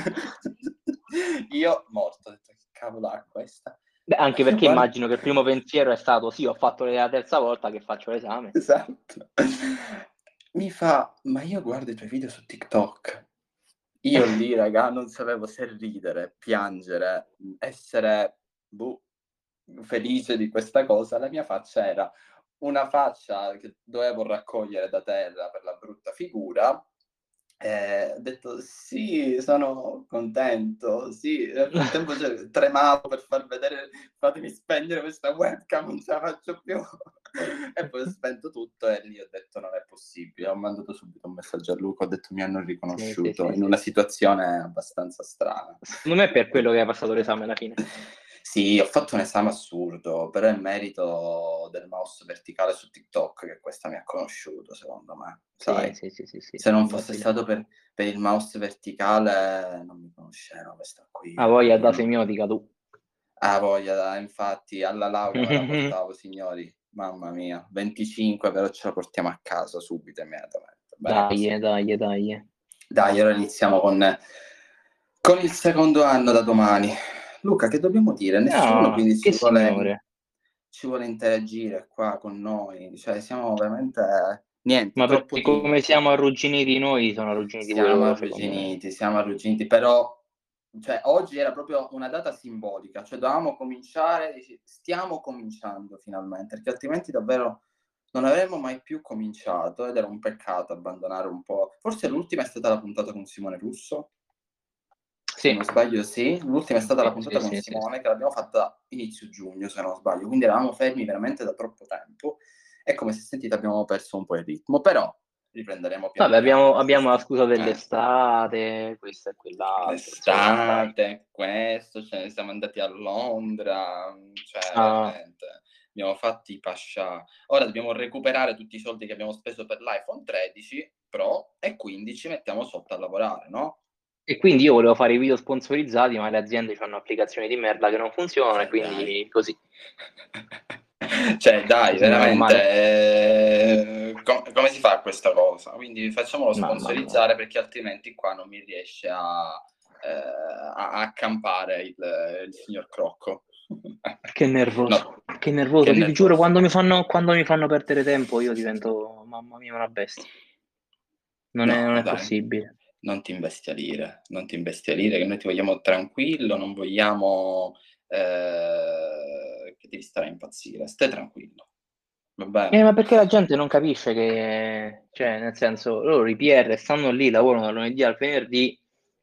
io morto, ho detto, che cavolo ha questa? Beh, Ma anche io perché guardo... immagino che il primo pensiero è stato: sì, ho fatto la terza volta che faccio l'esame. Esatto. Mi fa, ma io guardo i tuoi video su TikTok. Io lì, raga, non sapevo se ridere, piangere, essere felice di questa cosa. La mia faccia era una faccia che dovevo raccogliere da terra per la brutta figura, Ho detto sì, sono contento, sì. Nel frattempo tremavo per far vedere, fatemi spegnere questa webcam, non ce la faccio più. E poi ho spento tutto e lì ho detto non è possibile. Ho mandato subito un messaggio a Luca, ho detto mi hanno riconosciuto in una situazione abbastanza strana. Secondo me è per quello che hai passato l'esame alla fine. Sì, ho fatto un esame assurdo, però è merito del mouse verticale su TikTok che questa mi ha conosciuto, secondo me. Sai? Sì. Se non fosse Probabile. stato per il mouse verticale non mi conoscevano questa qui. Ah, voglia da Io semiotica tu. voglia, infatti alla laurea me la portavo, signori. Mamma mia, 25, però ce la portiamo a casa subito, immediatamente. Bene così. Dai. Dai, ora iniziamo con il secondo anno da domani. Luca, che dobbiamo dire? Nessuno No, quindi che signore. ci vuole interagire qua con noi, cioè siamo veramente niente, Ma troppo perché come timidi. siamo arrugginiti noi, sono arrugginiti pure loro, secondo me. Siamo arrugginiti, però cioè, oggi era proprio una data simbolica, cioè dovevamo cominciare, stiamo cominciando finalmente, perché altrimenti davvero non avremmo mai più cominciato ed era un peccato abbandonare un po'. Forse l'ultima è stata la puntata con Simone Russo. Se Sì. non sbaglio sì, l'ultima è stata la puntata con Sì. Simone che l'abbiamo fatta inizio giugno se non sbaglio, quindi eravamo fermi veramente da troppo tempo e come si è sentito abbiamo perso un po' il ritmo, però riprenderemo pian Vabbè, piano. abbiamo la scusa dell'estate, questo e quell'altro, insomma, dai. L'estate, questo, ce ne siamo andati a Londra, cioè Ah, veramente abbiamo fatto i pascià. Ora dobbiamo recuperare tutti i soldi che abbiamo speso per l'iPhone 13 Pro e quindi ci mettiamo sotto a lavorare, no? e quindi io volevo fare i video sponsorizzati, ma le aziende hanno applicazioni di merda che non funzionano e Cioè, dai. quindi così. Cioè, dai, Mi sembra veramente, normale? come si fa questa cosa? Quindi facciamolo Mamma mia, sponsorizzare perché altrimenti qua non mi riesce a campare il signor Crocco. che No, nervoso, che che nervoso. Ti giuro, nervoso. quando mi fanno perdere tempo, io divento, mamma mia, una bestia. Non No, è dai, possibile. non ti imbestialire, che noi ti vogliamo tranquillo, non vogliamo che devi stare a impazzire. Stai tranquillo, va bene? Ma perché la gente non capisce che, cioè, nel senso, loro i PR stanno lì, lavorano dal lunedì al venerdì,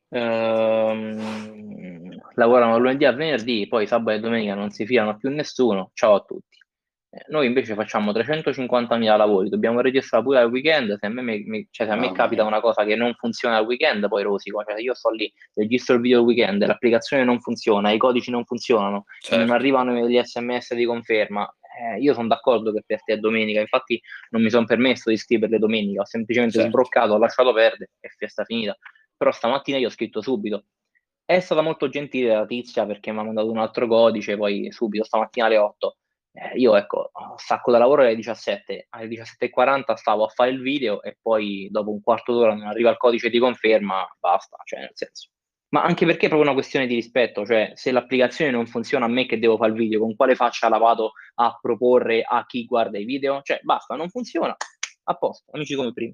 lavorano dal lunedì al venerdì, poi sabato e domenica non si fiano più nessuno, ciao a tutti. Noi invece facciamo 350.000 lavori, dobbiamo registrare pure al weekend, se a cioè, se a me Mamma capita mia, una cosa che non funziona al weekend, poi rosico, cioè io sto lì, registro il video al weekend, l'applicazione non funziona, i codici non funzionano, non certo, arrivano gli SMS di conferma. Io sono d'accordo che per te è domenica, infatti non mi sono permesso di scriverle domenica, ho semplicemente certo. sbroccato, ho lasciato perdere e festa finita. Però stamattina io ho scritto subito. È stata molto gentile la tizia perché mi ha mandato un altro codice, poi subito stamattina alle 8. Io ecco, stacco da lavoro alle 17, alle 17:40 stavo a fare il video e poi dopo un quarto d'ora non arriva il codice di conferma, basta, cioè nel senso. Ma anche perché è proprio una questione di rispetto, cioè se l'applicazione non funziona a me che devo fare il video, con quale faccia la vado a proporre a chi guarda i video? Cioè basta, non funziona, a posto, amici come prima.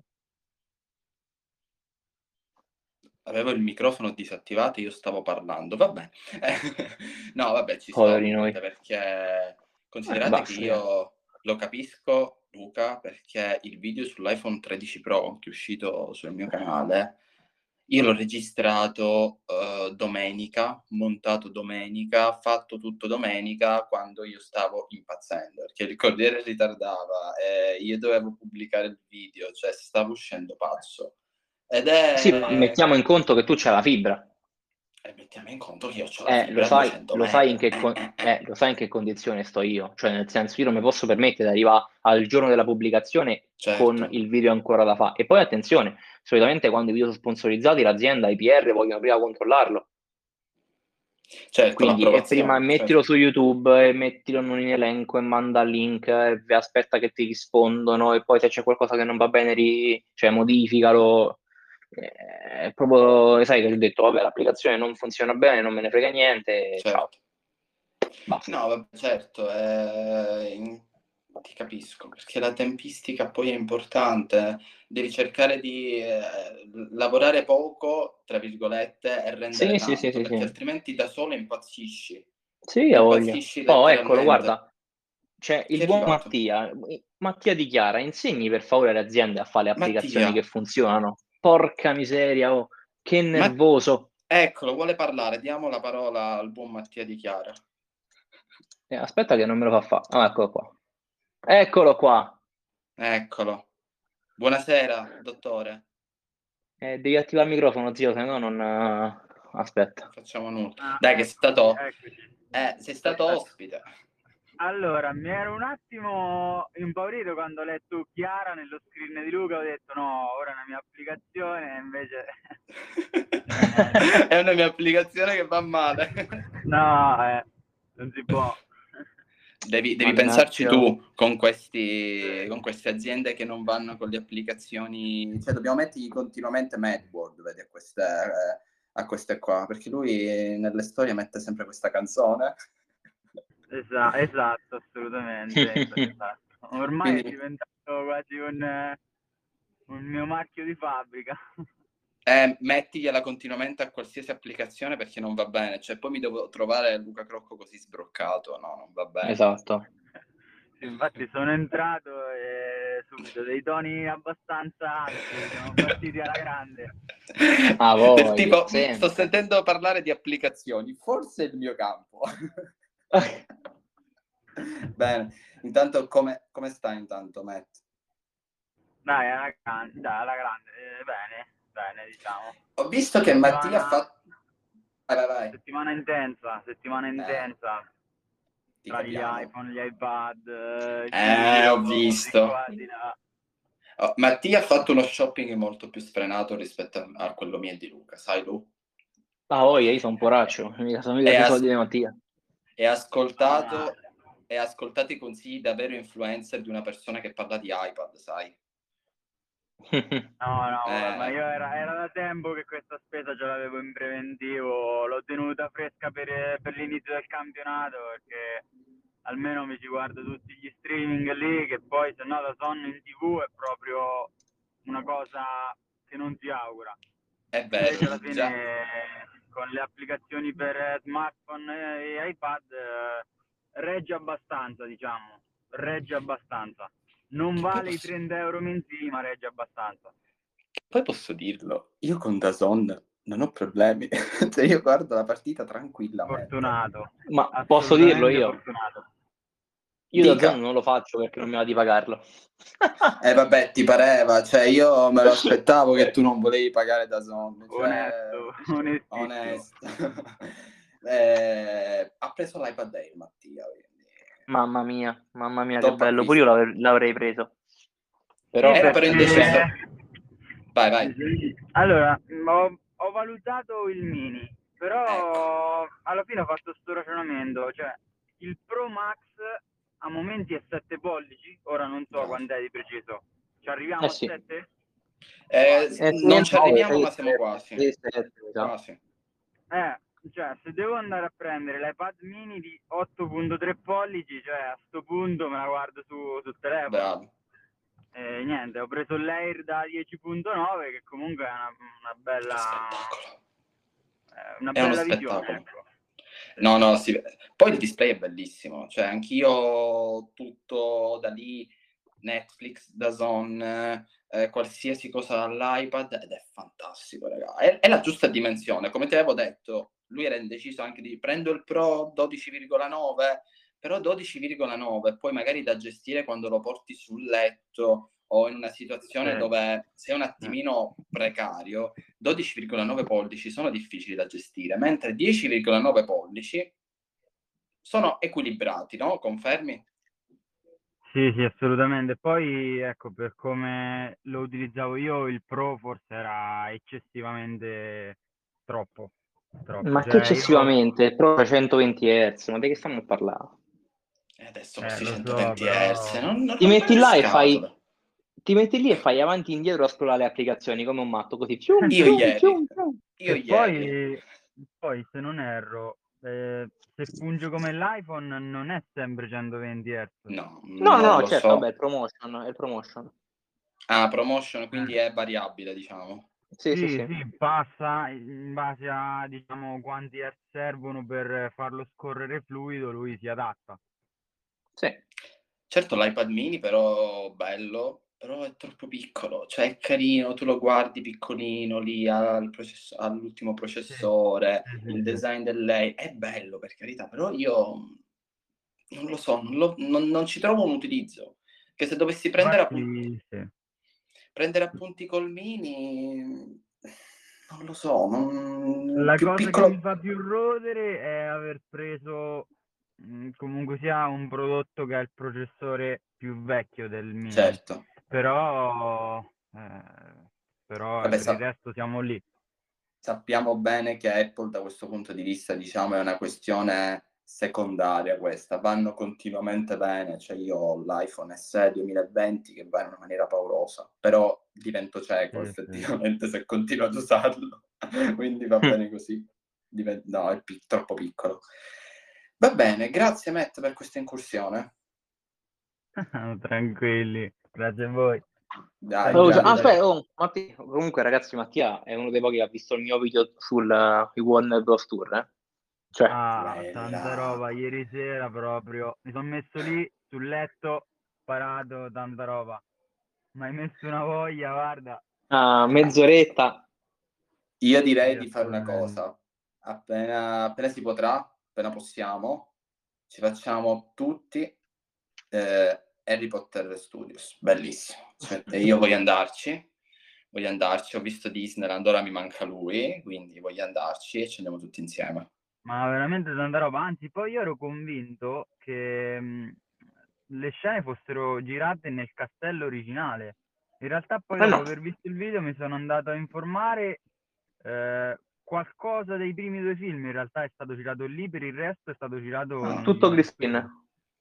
Avevo il microfono disattivato e io stavo parlando, vabbè. No, vabbè, ci sto Poveri noi. ovviamente perché considerate che Basta, cioè. io lo capisco, Luca, perché il video sull'iPhone 13 Pro che è uscito sul mio canale, io l'ho registrato domenica, montato domenica, fatto tutto domenica quando io stavo impazzendo, perché il corriere ritardava e io dovevo pubblicare il video, cioè stavo uscendo pazzo. Ed Sì, ma è mettiamo in conto che tu c'hai la fibra. mettiamo in conto che io ho la fibra a Sai, 200 metri. lo sai in che condizione sto io? Cioè, nel senso, io non mi posso permettere di arrivare al giorno della pubblicazione con Certo, il video ancora da fare. E poi attenzione, solitamente quando i video sono sponsorizzati, l'azienda, i PR vogliono prima controllarlo. certo, Quindi, e prima l'approvazione, mettilo certo. su YouTube, e mettilo non in elenco, e manda il link, e aspetta che ti rispondono, e poi se c'è qualcosa che non va bene, cioè modificalo. Proprio, sai che ti ho detto, vabbè, l'applicazione non funziona bene, non me ne frega niente, ciao, Certo. basta. No, vabbè, certo, ti capisco, perché la tempistica poi è importante. Devi cercare di lavorare poco, tra virgolette, e rendere tanto, perché Sì. altrimenti da solo impazzisci. Sì, ha voglia. Impazzisci Oh, eccolo, letteralmente. guarda, c'è Chi il è buon arrivato? Mattia. Mattia dichiara, insegni per favore alle aziende a fare le applicazioni che Mattia, funzionano. porca miseria, oh, che nervoso. Eccolo, vuole parlare, diamo la parola al buon Mattia Di Chiara. Aspetta che non me lo fa fare. Eccolo qua. Eccolo qua. Eccolo. Buonasera, dottore. Devi attivare il microfono, zio, se no non... Aspetta. Non facciamo nulla. Dai, che sei stato... Eccoci. sei stato ospite. Allora, mi ero un attimo impaurito quando ho letto Chiara nello screen di Luca, ho detto no, ora è una mia applicazione, invece... È una mia applicazione che va male. No, non si può. Devi pensarci tu con queste aziende che non vanno con le applicazioni, cioè dobbiamo mettergli continuamente Madword, vedi, a queste qua, perché lui nelle storie mette sempre questa canzone. Esatto, assolutamente. Esatto. Ormai Quindi... è diventato quasi un mio marchio di fabbrica. Mettigliela continuamente a qualsiasi applicazione perché non va bene, cioè poi mi devo trovare Luca Crocco così sbroccato, no, non va bene. Esatto. Infatti sono entrato e subito dei toni abbastanza alti, siamo partiti alla grande. Del tipo, sempre. sto sentendo parlare di applicazioni, forse è il mio campo. Bene, intanto come stai intanto, Matt? Dai, alla grande, bene, diciamo. Ho visto che Mattia ha fatto... Vai. Settimana intensa. Ti Tra gli capiamo. iPhone, gli iPad, ho visto. qua, di là. Oh, Mattia ha fatto uno shopping molto più sfrenato rispetto a quello mio e di Luca, sai Lu? Io sono un poraccio, mica sono i soldi di Mattia. E ha ascoltato i consigli da vero influencer di una persona che parla di iPad, sai? No, ma io era da tempo che questa spesa ce l'avevo in preventivo, l'ho tenuta fresca per l'inizio del campionato, perché almeno mi ci guardo tutti gli streaming lì, che poi se no da sonno in TV è proprio una cosa che non si augura. È vero. Invece alla fine con le applicazioni per smartphone e iPad regge abbastanza, diciamo, Non vale i 30 euro mensili, ma regge abbastanza. Poi posso dirlo, io con DAZN non ho problemi, cioè io guardo la partita tranquillamente. Fortunato. Ma posso dirlo io? Fortunato. Io DAZN non lo faccio perché non mi va di pagarlo. Vabbè, ti pareva, cioè io me lo aspettavo che tu non volevi pagare DAZN. Cioè, onesto. Ha preso l'iPad Air, Mattia. Quindi... Mamma mia, Top che bello. acquisto. Pure io l'avrei preso. Però era per indeciso. Vai. Allora, ho valutato il mini, però alla fine ho fatto sto ragionamento, cioè il Pro Max a momenti è 7 pollici, ora non so quant'è di preciso. Ci arriviamo a 7? Non ci arriviamo, ma siamo quasi. Quasi. Cioè, se devo andare a prendere l'iPad mini di 8.3 pollici, cioè a sto punto me la guardo sul telefono. Bravo. Niente, ho preso l'Air da 10.9 che comunque è una bella... spettacolo. Una bella visione. Spettacolo. No, sì. Poi il display è bellissimo, cioè anch'io tutto da lì, Netflix, DAZN, qualsiasi cosa dall'iPad, ed è fantastico, raga. È la giusta dimensione, come ti avevo detto, lui era indeciso anche di prendo il Pro 12,9, però 12,9 poi magari da gestire quando lo porti sul letto o in una situazione dove sei un attimino precario, 12,9 pollici sono difficili da gestire, mentre 10,9 pollici sono equilibrati, no? Confermi? Sì, assolutamente. Poi, ecco, per come lo utilizzavo io, il Pro forse era eccessivamente troppo. Ma che eccessivamente? Pro 120 Hz, ma di che stiamo a parlare? Adesso questi 120 Hz, non ti metti là e scatola. ti metti lì e fai avanti e indietro a scrollare le applicazioni come un matto, così. Io ieri. Poi, se non erro, se funge come l'iPhone, non è sempre 120 Hz. No, so. certo, vabbè, è il promotion. Ah, promotion, quindi è variabile, diciamo. Sì, passa in base a, diciamo, quanti hertz servono per farlo scorrere fluido, lui si adatta. Sì. Certo, l'iPad mini però bello, però è troppo piccolo, cioè è carino, tu lo guardi piccolino lì all'ultimo processore, il Sì. design del lei, è bello per carità, però io non lo so, non ci trovo un utilizzo, che se dovessi Infatti, sì. prendere appunti col mini, non lo so, La più cosa che mi piccolo, fa più rodere è aver preso comunque sia un prodotto che ha il processore più vecchio del mini, certo. però, però Vabbè, per il resto siamo lì. sappiamo bene che Apple da questo punto di vista, diciamo, è una questione secondaria questa, vanno continuamente bene, cioè io ho l'iPhone SE 2020 che va in una maniera paurosa, però divento cieco Sì, sì. effettivamente se continuo ad usarlo, quindi va bene così, no, è troppo piccolo. Va bene, grazie Matt per questa incursione. Tranquilli, grazie a voi. Dai, Sempre un grande. piacere. Mattia, comunque ragazzi, Mattia è uno dei pochi che ha visto il mio video sul Warner Bros. Tour, Cioè, Ah, tanta Quella... roba, ieri sera proprio. Mi sono messo lì sul letto, parato, tanta roba. Mi hai messo una voglia, guarda. mezz'oretta. Io Sì, direi è di fare una stupendo. cosa, appena si potrà, appena possiamo, ci facciamo tutti Harry Potter Studios, bellissimo. Cioè, e io voglio andarci, ho visto Disneyland, ora mi manca lui, quindi voglio andarci e ci andiamo tutti insieme. Ma veramente tanta roba. Anzi, poi io ero convinto che le scene fossero girate nel castello originale. In realtà poi dopo No, aver visto il video mi sono andato a informare. Qualcosa dei primi due film in realtà è stato girato lì, per il resto è stato girato Ah, tutto qui. Griskin.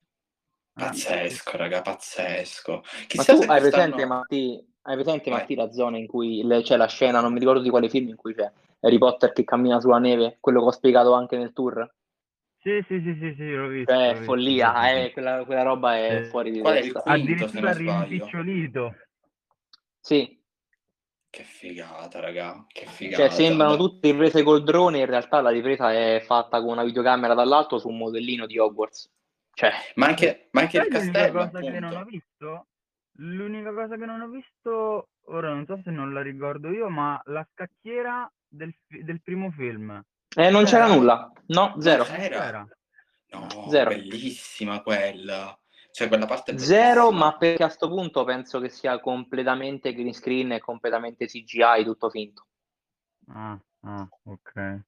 Sì, pazzesco, sì. raga, pazzesco. Ma Chissà tu se quest'anno... hai presente Vai. Matti, la zona in cui c'è la scena, non mi ricordo di quale film, in cui c'è Harry Potter che cammina sulla neve, quello che ho spiegato anche nel tour? Sì, sì, sì, sì, sì, Cioè, è l'ho visto, sì, follia, sì, sì. quella roba è Sì. fuori di Qual è il testa. quinto, se Addirittura non sbaglio? rimpicciolito. Sì, Che figata, raga, che cioè figata. sembrano Vabbè. tutte riprese col drone, in realtà la ripresa è fatta con una videocamera dall'alto su un modellino di Hogwarts. Cioè, Ma anche il Sai l'unica castello, cosa che non ho appunto. visto? L'unica cosa che non ho visto, ora non so se non la ricordo io, ma la scacchiera del primo film. non c'era C'era? nulla, no, Non zero, Non c'era. c'era. No, zero. bellissima quella. Cioè, quella parte è Zero, bellissima. ma perché a sto punto penso che sia completamente green screen e completamente CGI, tutto finto. Ok.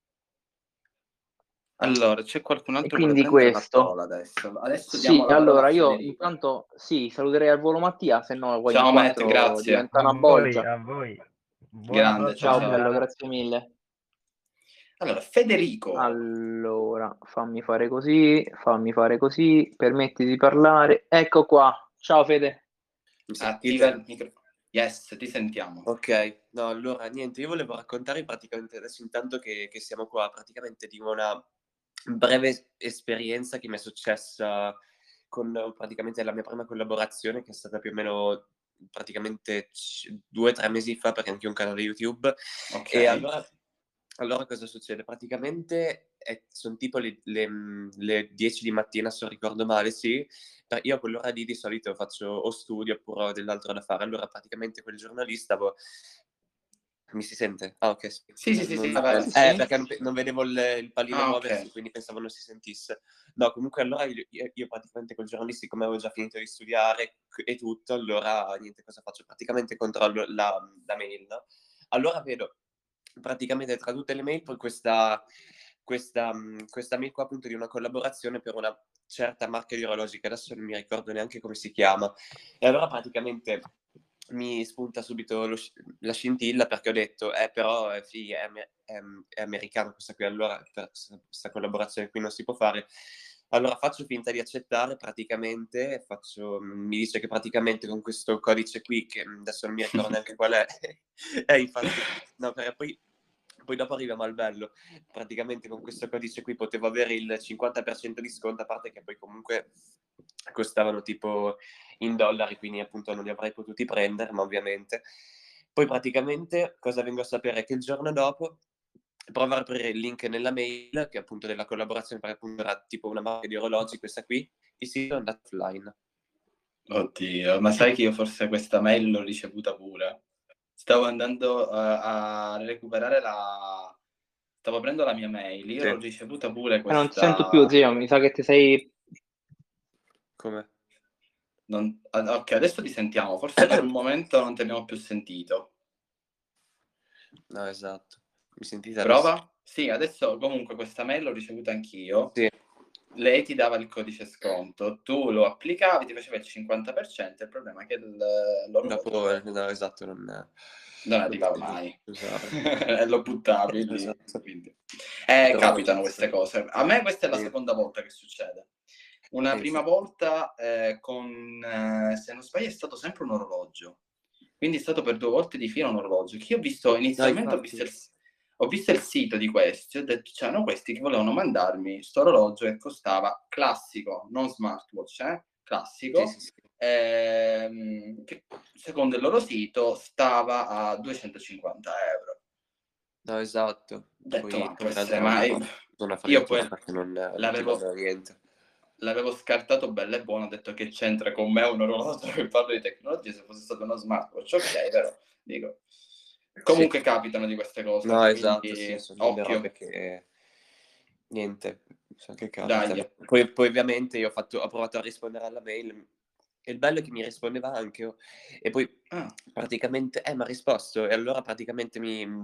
Allora, c'è qualcun E altro che vuole quindi prendere la questo. parola adesso. Adesso diamo Sì, la parola a allora io Federico. intanto sì, saluterei al volo Mattia, se no poi in Ciao Matt, quattro grazie. diventa una bolgia. A voi. Buona Grande, ciao Ciao ciao. bello, prosecuzione. grazie mille. Allora, Federico. Allora, fammi fare così, permetti di parlare. Ecco qua. Ciao Fede. Mi Attiva sentite? il micro. Yes, ti sentiamo. Ok, no, allora niente, io volevo raccontare praticamente adesso intanto che siamo qua, praticamente di una breve esperienza che mi è successa con praticamente la mia prima collaborazione, che è stata più o meno praticamente 2 o 3 mesi fa, perché anche io ho un canale YouTube. Ok. E allora cosa succede? Praticamente sono tipo le 10 di mattina, se non ricordo male, sì. Io a quell'ora lì di solito faccio o studio oppure ho dell'altro da fare. Allora praticamente quel giorno lì stavo... Mi si sente? Ah, ok, sì. Sì, sì, sì, sì, vai, vai. Sì, sì. Perché non vedevo il pallino Ah, muoversi, ok. quindi pensavo non si sentisse. No, comunque allora io praticamente quel giorno lì, siccome avevo già finito di studiare e tutto, allora niente, cosa faccio? Praticamente controllo la mail. Allora vedo praticamente tra tutte le mail poi questa mail qua appunto di una collaborazione per una certa marca di orologi che adesso non mi ricordo neanche come si chiama. E allora praticamente mi spunta subito la scintilla perché ho detto, però è americano questa qui, allora per questa collaborazione qui non si può fare. Allora faccio finta di accettare praticamente, mi dice che praticamente con questo codice qui, che adesso non mi ricordo neanche qual è, infatti, no, perché poi dopo arriviamo al bello. Praticamente con questo codice qui potevo avere il 50% di sconto, a parte che poi comunque costavano tipo in dollari, quindi appunto non li avrei potuti prendere, ma ovviamente. Poi praticamente cosa vengo a sapere? Che il giorno dopo provo a aprire il link nella mail, che è appunto della collaborazione, perché appunto era tipo una marca di orologi, questa qui, il sito è andato offline. Oddio, ma sai che io forse questa mail l'ho ricevuta pure. Stavo andando a recuperare Stavo prendendo la mia mail, io Sì. l'ho ricevuta pure Non ti sento più, questa... zio, mi sa che ti sei... Come? Ok, adesso ti sentiamo, forse per un momento non ti abbiamo più sentito. No, esatto. Mi sentite adesso? Prova? Sì, adesso comunque questa mail l'ho ricevuta anch'io. Sì. Lei ti dava il codice sconto, tu lo applicavi, ti faceva il 50%, il problema è che l'orologio Dopo, no, esatto, non arriva mai. Usare. E lo buttavi lì. Esatto. Quindi. Però Capitano no, queste cose. A me questa è la sì. seconda volta che succede. Una Sì, prima sì. volta con, se non sbaglio, è stato sempre un orologio. Quindi è stato per 2 volte di fila un orologio. Che io ho visto inizialmente, ho visto il sito di questi, ho detto, c'erano questi che volevano mandarmi sto orologio che costava classico, non smartwatch, classico, Sì, sì, sì. che secondo il loro sito stava a 250 euro. No, esatto. Ho detto, Poi ma può in realtà essere è mai... una Io fregatura poi perché non ti l'avevo danno niente. l'avevo scartato bello e buono, ho detto che c'entra con me un orologio che parlo di tecnologia, se fosse stato uno smartwatch, ok, però dico... Comunque Sì. capitano di queste cose, No, esatto, quindi sì, sono delle occhio. robe che niente, so che capita. Dai. Poi ovviamente io ho provato a rispondere alla mail e il bello è che mi rispondeva anche e poi praticamente mi ha risposto e allora praticamente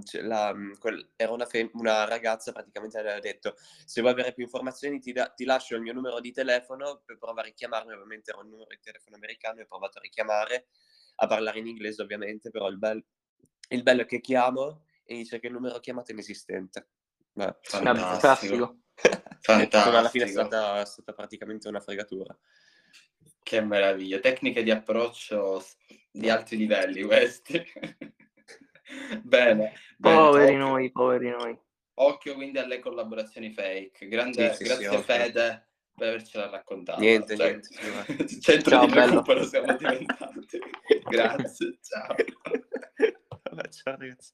era una ragazza, praticamente aveva detto se vuoi avere più informazioni ti lascio il mio numero di telefono per provare a richiamarmi. Ovviamente era un numero di telefono americano e ho provato a richiamare, a parlare in inglese ovviamente, però il bello è che chiamo e dice che il numero chiamato è inesistente. Beh, Classico. Quindi alla fine è Fantastico. stata praticamente una fregatura. Che meraviglia, tecniche di approccio di alti livelli questi. Bene, Poveri occhio. noi. Occhio quindi alle collaborazioni fake. Grande, Sì, grazie ovvio. Fede per avercela raccontata. Niente, Cioè, figurati. centro Ciao, di bello. recupero siamo diventati. Grazie, ciao. Vabbè, ciao ragazzi.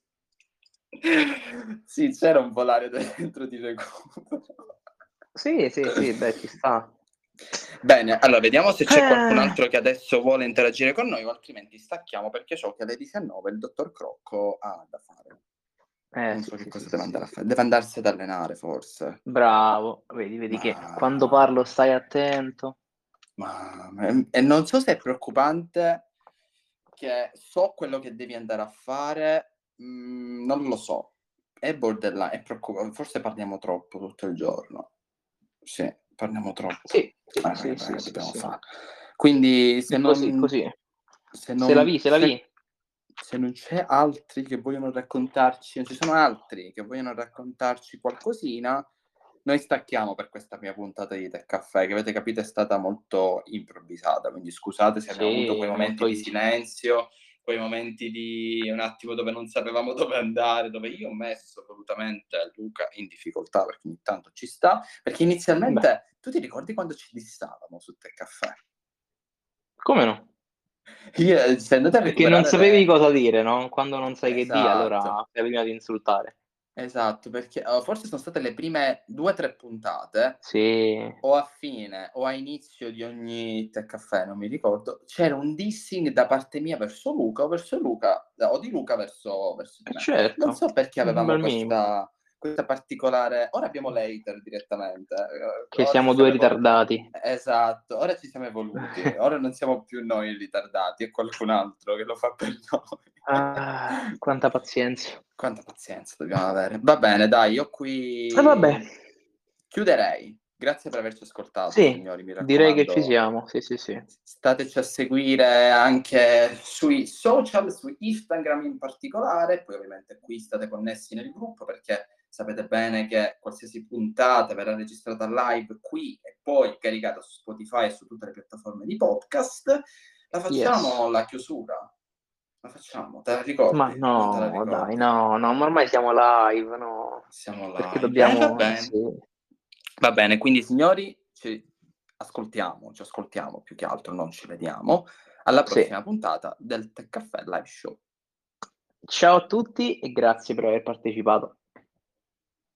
Sì, c'era un po' l'aria del centro di recupero. Sì, beh, ci sta. Bene, allora vediamo se c'è qualcun altro che adesso vuole interagire con noi, o altrimenti stacchiamo perché so che alle 19 il dottor Crocco ha da fare. Non so che cosa deve andare a fare. Deve andarsi ad allenare, forse. Bravo, vedi che quando parlo stai attento. E non so se è preoccupante che so quello che devi andare a fare, non lo so. È borderline, è preoccupante. Forse parliamo troppo tutto il giorno. Sì, parliamo troppo. Sì. Dobbiamo fare. Quindi se non c'è altri che vogliono raccontarci, non ci sono altri che vogliono raccontarci qualcosina, noi stacchiamo per questa mia puntata di Tech Caffè, che avete capito è stata molto improvvisata, quindi scusate se abbiamo avuto quei momenti di silenzio, quei momenti di un attimo dove non sapevamo dove andare, dove io ho messo volutamente Luca in difficoltà, perché ogni tanto ci sta, perché inizialmente, tu ti ricordi quando ci dissavamo su Tech Caffè? Come no? Se andate a Perché non recuperare sapevi cosa dire, no? Quando non sai che dire, Esatto. allora sei prima di insultare. Esatto, perché forse sono state le prime 2 o 3 puntate, Sì. o a fine o a inizio di ogni Tech Caffè, non mi ricordo, c'era un dissing da parte mia verso Luca o di Luca verso di me. Certo. Non so perché avevamo Un bel minimo. questa particolare... Ora abbiamo l'hater direttamente. Che Ora siamo ci 2 siamo ritardati. Esatto, ora ci siamo evoluti. Ora non siamo più noi ritardati, è qualcun altro che lo fa per noi. Quanta pazienza. Quanta pazienza dobbiamo avere. Va bene, dai, io qui Vabbè. chiuderei. Grazie per averci ascoltato, Sì, signori, mi direi che ci raccomando. siamo. Sì. Stateci a seguire anche sui social, su Instagram in particolare, poi ovviamente qui state connessi nel gruppo perché sapete bene che qualsiasi puntata verrà registrata live qui e poi caricata su Spotify e su tutte le piattaforme di podcast. La facciamo la chiusura? La facciamo? Te la ricordi? Ma Non te la no, ricordi? dai, no, ma ormai siamo live, no? Siamo live. Perché dobbiamo... va bene. Sì. Va bene, quindi signori, ci ascoltiamo più che altro, non ci vediamo. Alla prossima puntata del Tech Caffè Live Show. Ciao a tutti e grazie per aver partecipato.